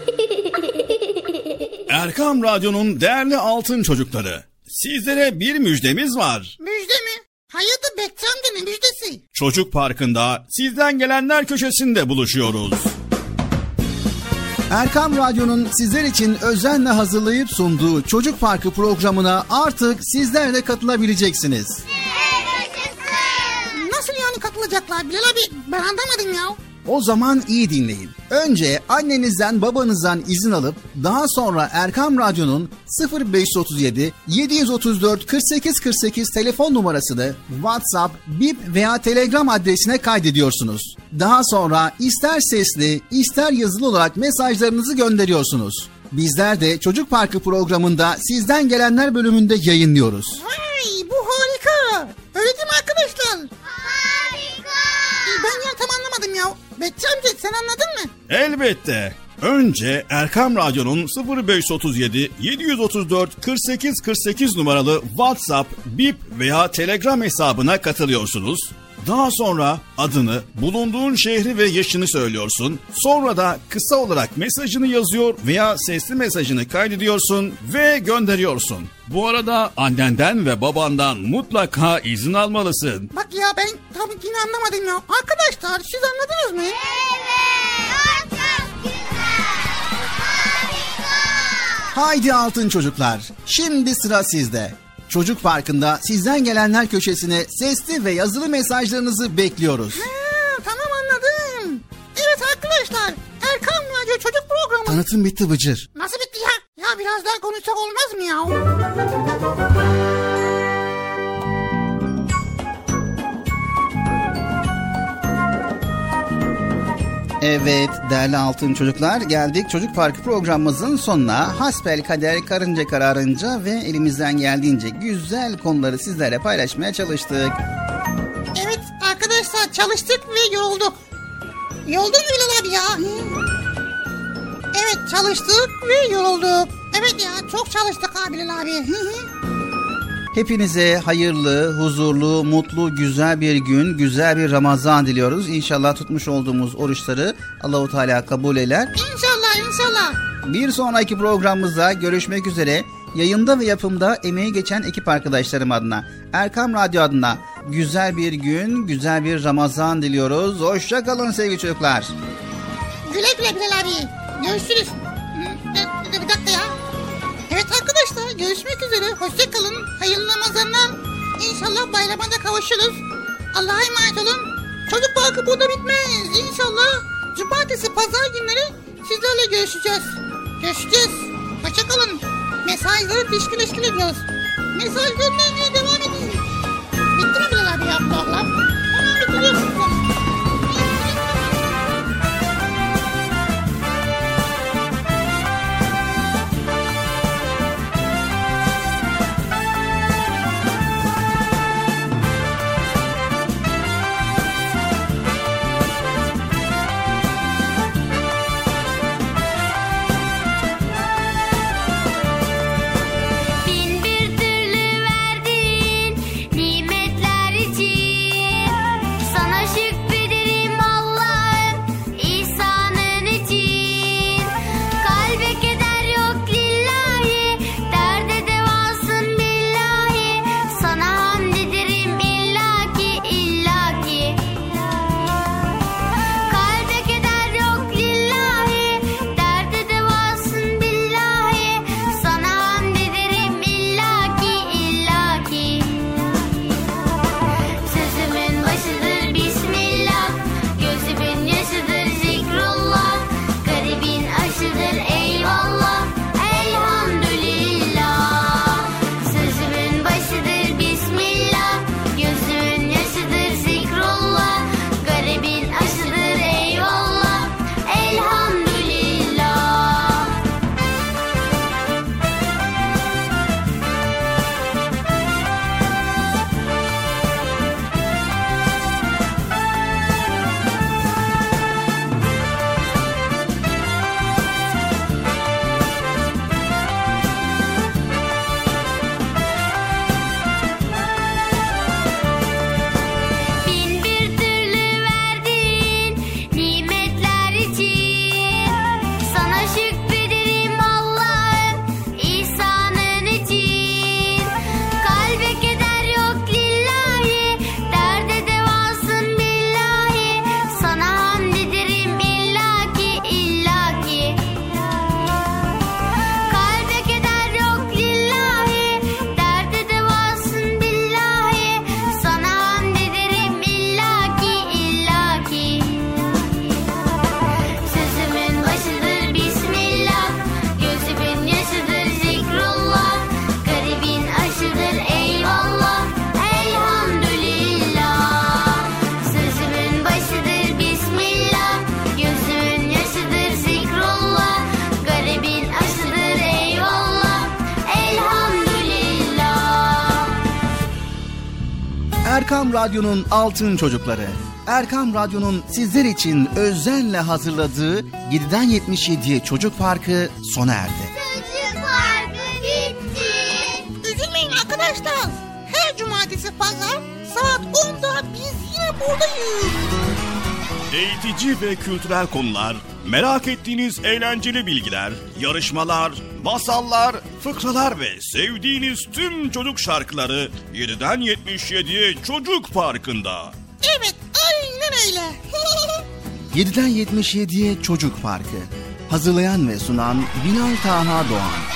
Erkam Radyo'nun değerli altın çocukları, sizlere bir müjdemiz var. Müjde mi? Hayırdır Bekçi amca, ne müjdesi? Çocuk Parkı'nda sizden gelenler köşesinde buluşuyoruz. Erkam Radyo'nun sizler için özenle hazırlayıp sunduğu Çocuk Parkı programına artık sizler de katılabileceksiniz. Nasıl yani katılacaklar Bilal abi? Ben anlamadım ya. O zaman iyi dinleyin. Önce annenizden babanızdan izin alıp daha sonra Erkam Radyo'nun 0537 734 48 48 telefon numarasını WhatsApp, Bip veya Telegram adresine kaydediyorsunuz. Daha sonra ister sesli ister yazılı olarak mesajlarınızı gönderiyorsunuz. Bizler de Çocuk Parkı programında sizden gelenler bölümünde yayınlıyoruz. Vay, bu harika. Öyle değil mi arkadaşlar? Harika. Ben ya tam anlamadım ya. Bekçi amca sen anladın mı? Elbette. Önce Erkam Radyo'nun 0537 734 48 48 numaralı WhatsApp, Bip veya Telegram hesabına katılıyorsunuz. Daha sonra adını, bulunduğun şehri ve yaşını söylüyorsun. Sonra da kısa olarak mesajını yazıyor veya sesli mesajını kaydediyorsun ve gönderiyorsun. Bu arada annenden ve babandan mutlaka izin almalısın. Bak ya ben tam yine anlamadım ya. Arkadaşlar siz anladınız mı? Evet, çok güzel. Harika. Haydi altın çocuklar, şimdi sıra sizde. Çocuk Parkı'nda sizden gelenler köşesine sesli ve yazılı mesajlarınızı bekliyoruz. Tamam anladım. Evet arkadaşlar, Erkam Radyo Çocuk Programı. Tanıtım bitti Bıcır. Nasıl bitti ya? Ya biraz daha konuşsak olmaz mı ya? Evet değerli altın çocuklar, geldik Çocuk Parkı programımızın sonuna. Hasbelkader karınca kararınca ve elimizden geldiğince güzel konuları sizlerle paylaşmaya çalıştık. Evet arkadaşlar, çalıştık ve yorulduk. Yoruldun mu Bilal abi ya? Evet çalıştık ve yorulduk. Evet ya, çok çalıştık abi Bilal abi. Hepinize hayırlı, huzurlu, mutlu, güzel bir gün, güzel bir Ramazan diliyoruz. İnşallah tutmuş olduğumuz oruçları Allahu Teala kabul eder. İnşallah, inşallah. Bir sonraki programımızda görüşmek üzere. Yayında ve yapımda emeği geçen ekip arkadaşlarım adına, Erkam Radyo adına güzel bir gün, güzel bir Ramazan diliyoruz. Hoşça kalın sevgili çocuklar. Güle güle Bilal abi. Görüşürüz. Bir dakika ya. Evet arkadaşlar, görüşmek üzere. Hoşça kalın. Hayırlı Ramazanlar. İnşallah bayrama da kavuşuruz. Allah'a emanet olun. Çocuk parkı burada bitmez. İnşallah cumartesi, pazar günleri sizlerle görüşeceğiz. Hoşçakalın. Mesajları teşkil ediyoruz. Mesaj göndermeye devam edin. Bitti mi Bilal abi ya program? Hemen bitiriyorsunuz. Erkam Radyo'nun Altın Çocukları. Erkam Radyo'nun sizler için özenle hazırladığı 7'den 77'ye Çocuk Parkı sona erdi. Çocuk Parkı bitti. Üzülmeyin arkadaşlar. Her cumartesi pazar saat 10'da biz yine buradayız. Eğitici ve kültürel konular, merak ettiğiniz eğlenceli bilgiler, yarışmalar, masallar, fıkralar ve sevdiğiniz tüm çocuk şarkıları 7'den 77'ye Çocuk Parkı'nda. Evet, aynen öyle. 7'den 77'ye Çocuk Parkı. Hazırlayan ve sunan Binal Taha Doğan.